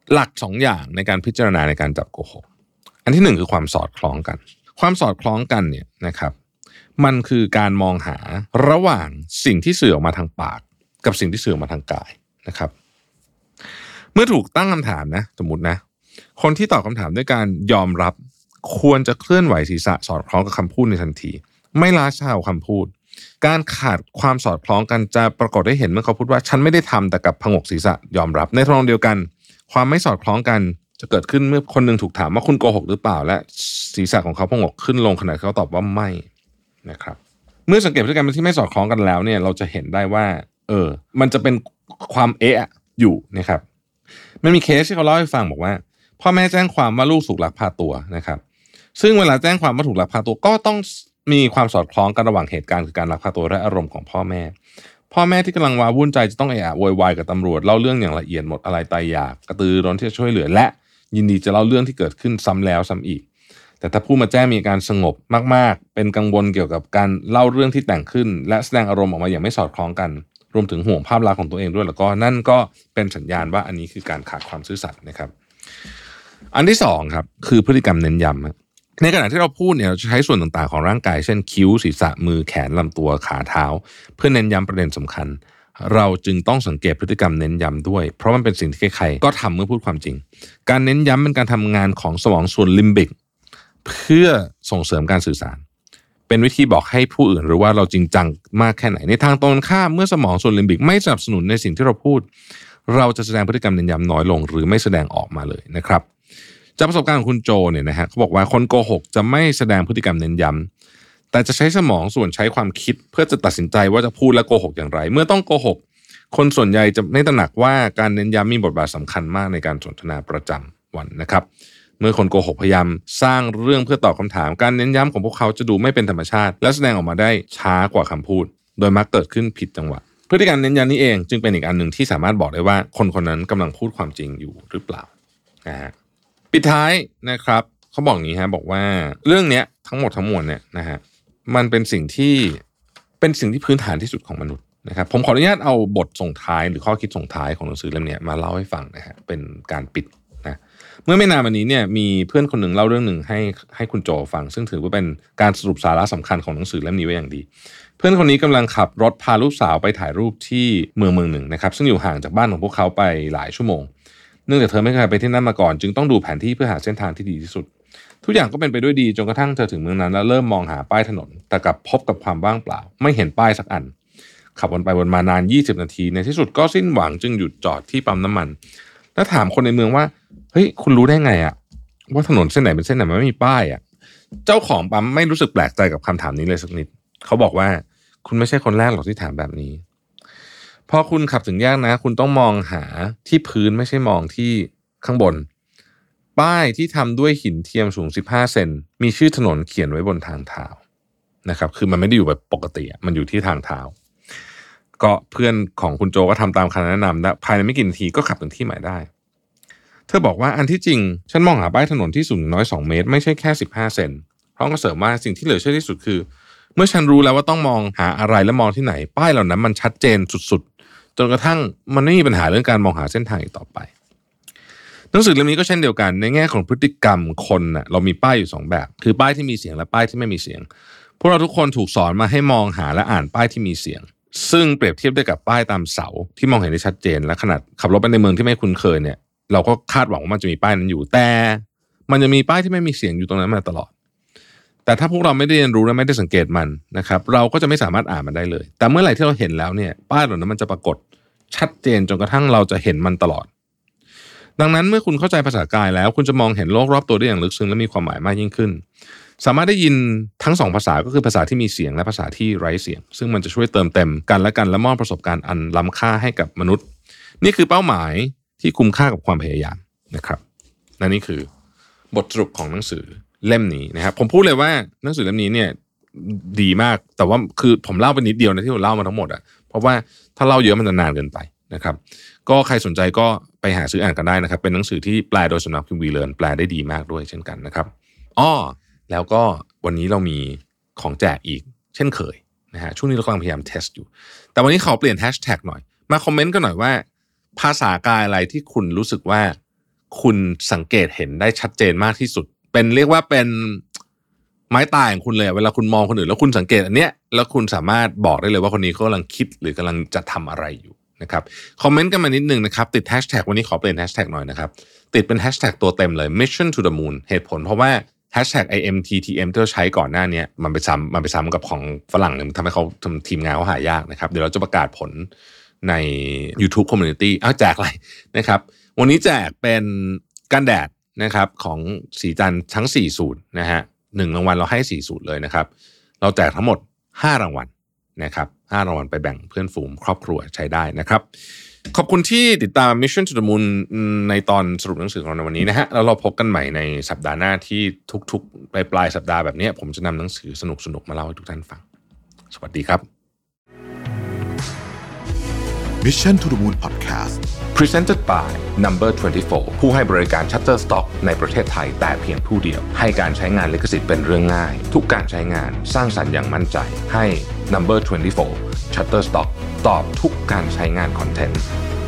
หลักสองอย่างในการพิจารณาในการจับโกหกอันที่หนึ่งคือความสอดคล้องกันความสอดคล้องกันเนี่ยนะครับมันคือการมองหาระหว่างสิ่งที่สื่อออกมาทางปากกับสิ่งที่สื่อออกมาทางกายนะครับเมื่อถูกตั้งคำถามนะสมมตินะคนที่ตอบคำถามด้วยการยอมรับควรจะเคลื่อนไหวศีรษะสอดคล้องกับคำพูดในทันทีไม่ล้าช้ากับคำพูดการขาดความสอดคล้องกันจะปรากฏให้เห็นเมื่อเขาพูดว่าฉันไม่ได้ทำแต่กับผงกศีรษะยอมรับในทางเดียวกันความไม่สอดคล้องกันจะเกิดขึ้นเมื่อคนหนึ่งถูกถามว่าคุณโกหกหรือเปล่าและศีรษะของเขาผงกขึ้นลงขณะเขาตอบว่าไม่นะครับเมื่อสังเกตพฤติกรรมที่ไม่สอดคล้องกันแล้วเนี่ยเราจะเห็นได้ว่าเออมันจะเป็นความเอะอยู่นะครับมันมีเคสที่เขาเล่าให้ฟังบอกว่าพ่อแม่แจ้งความว่าลูกถูกลักพาตัวนะครับซึ่งเวลาแจ้งความว่าถูกลักพาตัวก็ต้องมีความสอดคล้องกันระหว่างเหตุการณ์คือการลักพาตัวและอารมณ์ของพ่อแม่พ่อแม่ที่กำลังวาวุ่นใจจะต้องเอะอะโวยวายกับตำรวจเล่าเรื่องอย่างละเอียดหมดอะไรตายอยากกระตือร้นที่จะช่วยเหลือและยินดีจะเล่าเรื่องที่เกิดขึ้นซ้ำแล้วซ้ำอีกแต่ถ้าผู้มาแจ้งมีอาการสงบมากๆเป็นกังวลเกี่ยวกับการเล่าเรื่องที่แต่งขึ้นและแสดงอารมณ์ออกมาอย่างไม่สอดคล้องกันรวมถึงห่วงภาพลักษณ์ของตัวเองด้วยแล้วก็นั่นก็เป็นสัญญาณว่าอันนี้คือการขาดความซื่อสัตย์นะครับอันที่สองครับคือพฤติกรรมเน้นย้ำในขณะที่เราพูดเนี่ยเราจะใช้ส่วนต่างๆของร่างกายเช่นคิ้วศีรษะมือแขนลำตัวขาเท้าเพื่อเน้นย้ำประเด็นสำคัญเราจึงต้องสังเกตพฤติกรรมเน้นย้ำด้วยเพราะมันเป็นสิ่งที่ใครๆก็ทำเมื่อพูดความจริงการเน้นย้ำเป็นการทำงานของสมองส่วนลิมบิกเพื่อส่งเสริมการสื่อสารเป็นวิธีบอกให้ผู้อื่นรู้ว่าเราจริงจังมากแค่ไหนในทางตรงข้ามเมื่อสมองส่วนลิมบิกไม่สนับสนุนในสิ่งที่เราพูดเราจะแสดงพฤติกรรมเน้นย้ำน้อยลงหรือไม่แสดงออกมาเลยนะครับจากประสบการณ์ของคุณโจเนี่ยนะฮะเขาบอกว่าคนโกหกจะไม่แสดงพฤติกรรมเน้นย้ำแต่จะใช้สมองส่วนใช้ความคิดเพื่อจะตัดสินใจว่าจะพูดและโกหกอย่างไรเมื่อต้องโกหกคนส่วนใหญ่จะไม่ตระหนักว่าการเน้นย้ำมีบทบาทสำคัญมากในการสนทนาประจำวันนะครับเมื่อคนโกหกพยายามสร้างเรื่องเพื่อตอบคำถามการเน้นย้ำของพวกเขาจะดูไม่เป็นธรรมชาติและแสดงออกมาได้ช้ากว่าคำพูดโดยมักเกิดขึ้นผิดจังหวะพฤติกรรมเน้นย้ำนี้เองจึงเป็นอีกอันหนึ่งที่สามารถบอกได้ว่าคนคนนั้นกำลังพูดความจริงอยู่หรือเปล่านะฮะปิดท้ายนะครับเขาบอกอย่างนี้ฮะบอกว่าเรื่องนี้ทั้งหมดทั้งมวลเนี่ยนะฮะมันเป็นสิ่งที่เป็นสิ่งที่พื้นฐานที่สุดของมนุษย์นะครับผมขออนุญาตเอาบทส่งท้ายหรือข้อคิดส่งท้ายของหนังสือเล่มนี้มาเล่าให้ฟังนะฮะเป็นการปิดนะเมื่อไม่นานมานี้เนี่ยมีเพื่อนคนหนึ่งเล่าเรื่องหนึ่งให้ให้คุณโจฟังซึ่งถือว่าเป็นการสรุปสาระสำคัญของหนังสือเล่มนี้ไว้อย่างดีเพื่อนคนนี้กำลังขับรถพาลูกสาวไปถ่ายรูปที่เมืองเมืองหนึ่งนะครับซึ่งอยู่ห่างจากบ้านของพวกเขาไปหลายชั่วโมงเนื่องจากเธอไม่เคยไปที่นั่นมาก่อนจึงต้องดูแผนที่เพื่อหาเส้นทางที่ดีที่สุดทุกอย่างก็เป็นไปด้วยดีจนกระทั่งเธอถึงเมืองนั้นแล้วเริ่มมองหาป้ายถนนแต่กลับพบกับความว่างเปล่าไม่เห็นป้ายสักอันขับวนไปวนมานานยี่สิบนาทีในที่สุดก็สิ้นหวังจึงหยุดจอดที่ปั๊มน้ำมันแล้วถามคนในเมืองว่าเฮ้ยคุณรู้ได้ไงอะว่าถนนเส้นไหนเป็นเส้นไหนมันไม่มีป้ายอะเจ้าของปั๊มไม่รู้สึกแปลกใจกับคำถามนี้เลยสักนิดเขาบอกว่าคุณไม่ใช่คนแรกหรอกที่ถามแบบนี้พอคุณขับถึงแยกนะคุณต้องมองหาที่พื้นไม่ใช่มองที่ข้างบนป้ายที่ทำด้วยหินเทียมสูงสิบห้าเซนมีชื่อถนนเขียนไว้บนทางเท้านะครับคือมันไม่ได้อยู่แบบปกติมันอยู่ที่ทางเท้าก็เพื่อนของคุณโจก็ทำตามคำแนะนำและภายในไม่กี่นาทีก็ขับถึงที่หมายได้เธอบอกว่าอันที่จริงฉันมองหาป้ายถนนที่สูงน้อยสองเมตรไม่ใช่แค่สิบห้าเซนพร้อมกับเสริมว่าสิ่งที่เหลือเชื่อที่สุดคือเมื่อฉันรู้แล้วว่าต้องมองหาอะไรและมองที่ไหนป้ายเหล่านั้นมันชัดเจนสุดๆจนกระทั่งมันไม่มีปัญหาเรื่องการมองหาเส้นทางอีกต่อไปหนังสือเล่มนี้ก็เช่นเดียวกันในแง่ของพฤติกรรมคนน่ะเรามีป้ายอยู่สองแบบคือป้ายที่มีเสียงและป้ายที่ไม่มีเสียงพวกเราทุกคนถูกสอนมาให้มองหาและอ่านป้ายที่มีเสียงซึ่งเปรียบเทียบได้กับป้ายตามเสาที่มองเห็นได้ชัดเจนและขนาดขับรถไปในเมืองที่ไม่คุ้นเคยเนี่ยเราก็คาดหวังว่ามันจะมีป้ายนั้นอยู่แต่มันจะมีป้ายที่ไม่มีเสียงอยู่ตรงนั้นมาตลอดแต่ถ้าพวกเราไม่ได้เรียนรู้และไม่ได้สังเกตมันนะครับเราก็จะไม่สามารถอ่านมันได้เลยแต่เมื่อไหร่ที่เราเห็นแล้วเนี่ยป้ายเหล่านั้นมันจะปรากฏชัดเจนจนกระทั่งเราจะเห็นมันตลอดดังนั้นเมื่อคุณเข้าใจภาษากายแล้วคุณจะมองเห็นโลกรอบตัวได้อย่างลึกซึ้งและมีความหมายมากยิ่งขึ้นสามารถได้ยินทั้งสองภาษาก็คือภาษาที่มีเสียงและภาษาที่ไร้เสียงซึ่งมันจะช่วยเติมเต็มกันและกันและมอบประสบการณ์อันล้ำค่าให้กับมนุษย์นี่คือเป้าหมายที่คุ้มค่ากับความพยายามนะครับและนี่คือบทสรุปของหนังสือเล่มนี้นะครับผมพูดเลยว่าหนังสือเล่มนี้เนี่ยดีมากแต่ว่าคือผมเล่าไปนิดเดียวนะที่ผมเล่ามาทั้งหมดอ่ะเพราะว่าถ้าเล่าเยอะมันจะนานเกินไปนะครับก็ใครสนใจก็ไปหาซื้ออ่านกันได้นะครับเป็นหนังสือที่แปลโดยสำนักพิมพ์วีเลอร์แปลได้ดีมากด้วยเช่นกันนะครับอ้อแล้วก็วันนี้เรามีของแจกอีกเช่นเคยนะฮะช่วงนี้เรากำลังพยายามเทสอยู่แต่วันนี้ขอเปลี่ยนแฮชแท็กหน่อยมาคอมเมนต์กันหน่อยว่าภาษากายอะไรที่คุณรู้สึกว่าคุณสังเกตเห็นได้ชัดเจนมากที่สุดเป็นเรียกว่าเป็นไม้ตายของคุณเลยเวลาคุณมองคนอื่นแล้วคุณสังเกตอันเนี้ยแล้วคุณสามารถบอกได้เลยว่าคนนี้เขากำลังคิดหรือกำลังจะทำอะไรอยู่นะครับคอมเมนต์กันมานิดนึงนะครับติดแฮชแท็กวันนี้ขอเปลี่ยนแฮชแท็กหน่อยนะครับติดเป็นแฮชแท็กตัวเต็มเลย Mission to the Moon เหตุผลเพราะว่าแฮชแท็ก ไอ เอ็ม ที ที เอ็ม ที่เราใช้ก่อนหน้านี้มันไปซ้ำมันไปซ้ำกับของฝรั่งเนี่ยทำให้เขาทำทีมงานเขาหายากนะครับเดี๋ยวเราจะประกาศผลใน YouTube Community อ้าวแจกอะไรนะครับวันนี้แจกเป็นกันแดดนะครับของสีจันทร์ทั้งสี่สูตรนะฮะหนึ่งรางวัลเราให้สี่สูตรเลยนะครับเราแจกทั้งหมดห้ารางวัลนะครับห้ารางวัลไปแบ่งเพื่อนฝูงครอบครัวใช้ได้นะครับขอบคุณที่ติดตาม Mission to the Moon ในตอนสรุปหนังสือของเราในวันนี้นะฮะแล้วเราพบกันใหม่ในสัปดาห์หน้าที่ทุกๆปลายปลายสัปดาห์แบบนี้ผมจะนำหนังสือสนุกๆมาเล่าให้ทุกท่านฟังสวัสดีครับ Mission to the Moon Podcast Presented by Number ยี่สิบสี่ ผู้ให้บริการ Shutterstock ในประเทศไทยแต่เพียงผู้เดียวให้การใช้งานลิขสิทธิ์เป็นเรื่องง่ายทุกการใช้งานสร้างสรรค์อย่างมั่นใจให้ Number ยี่สิบสี่ Shutterstock ตอบทุกการใช้งานคอนเทนต์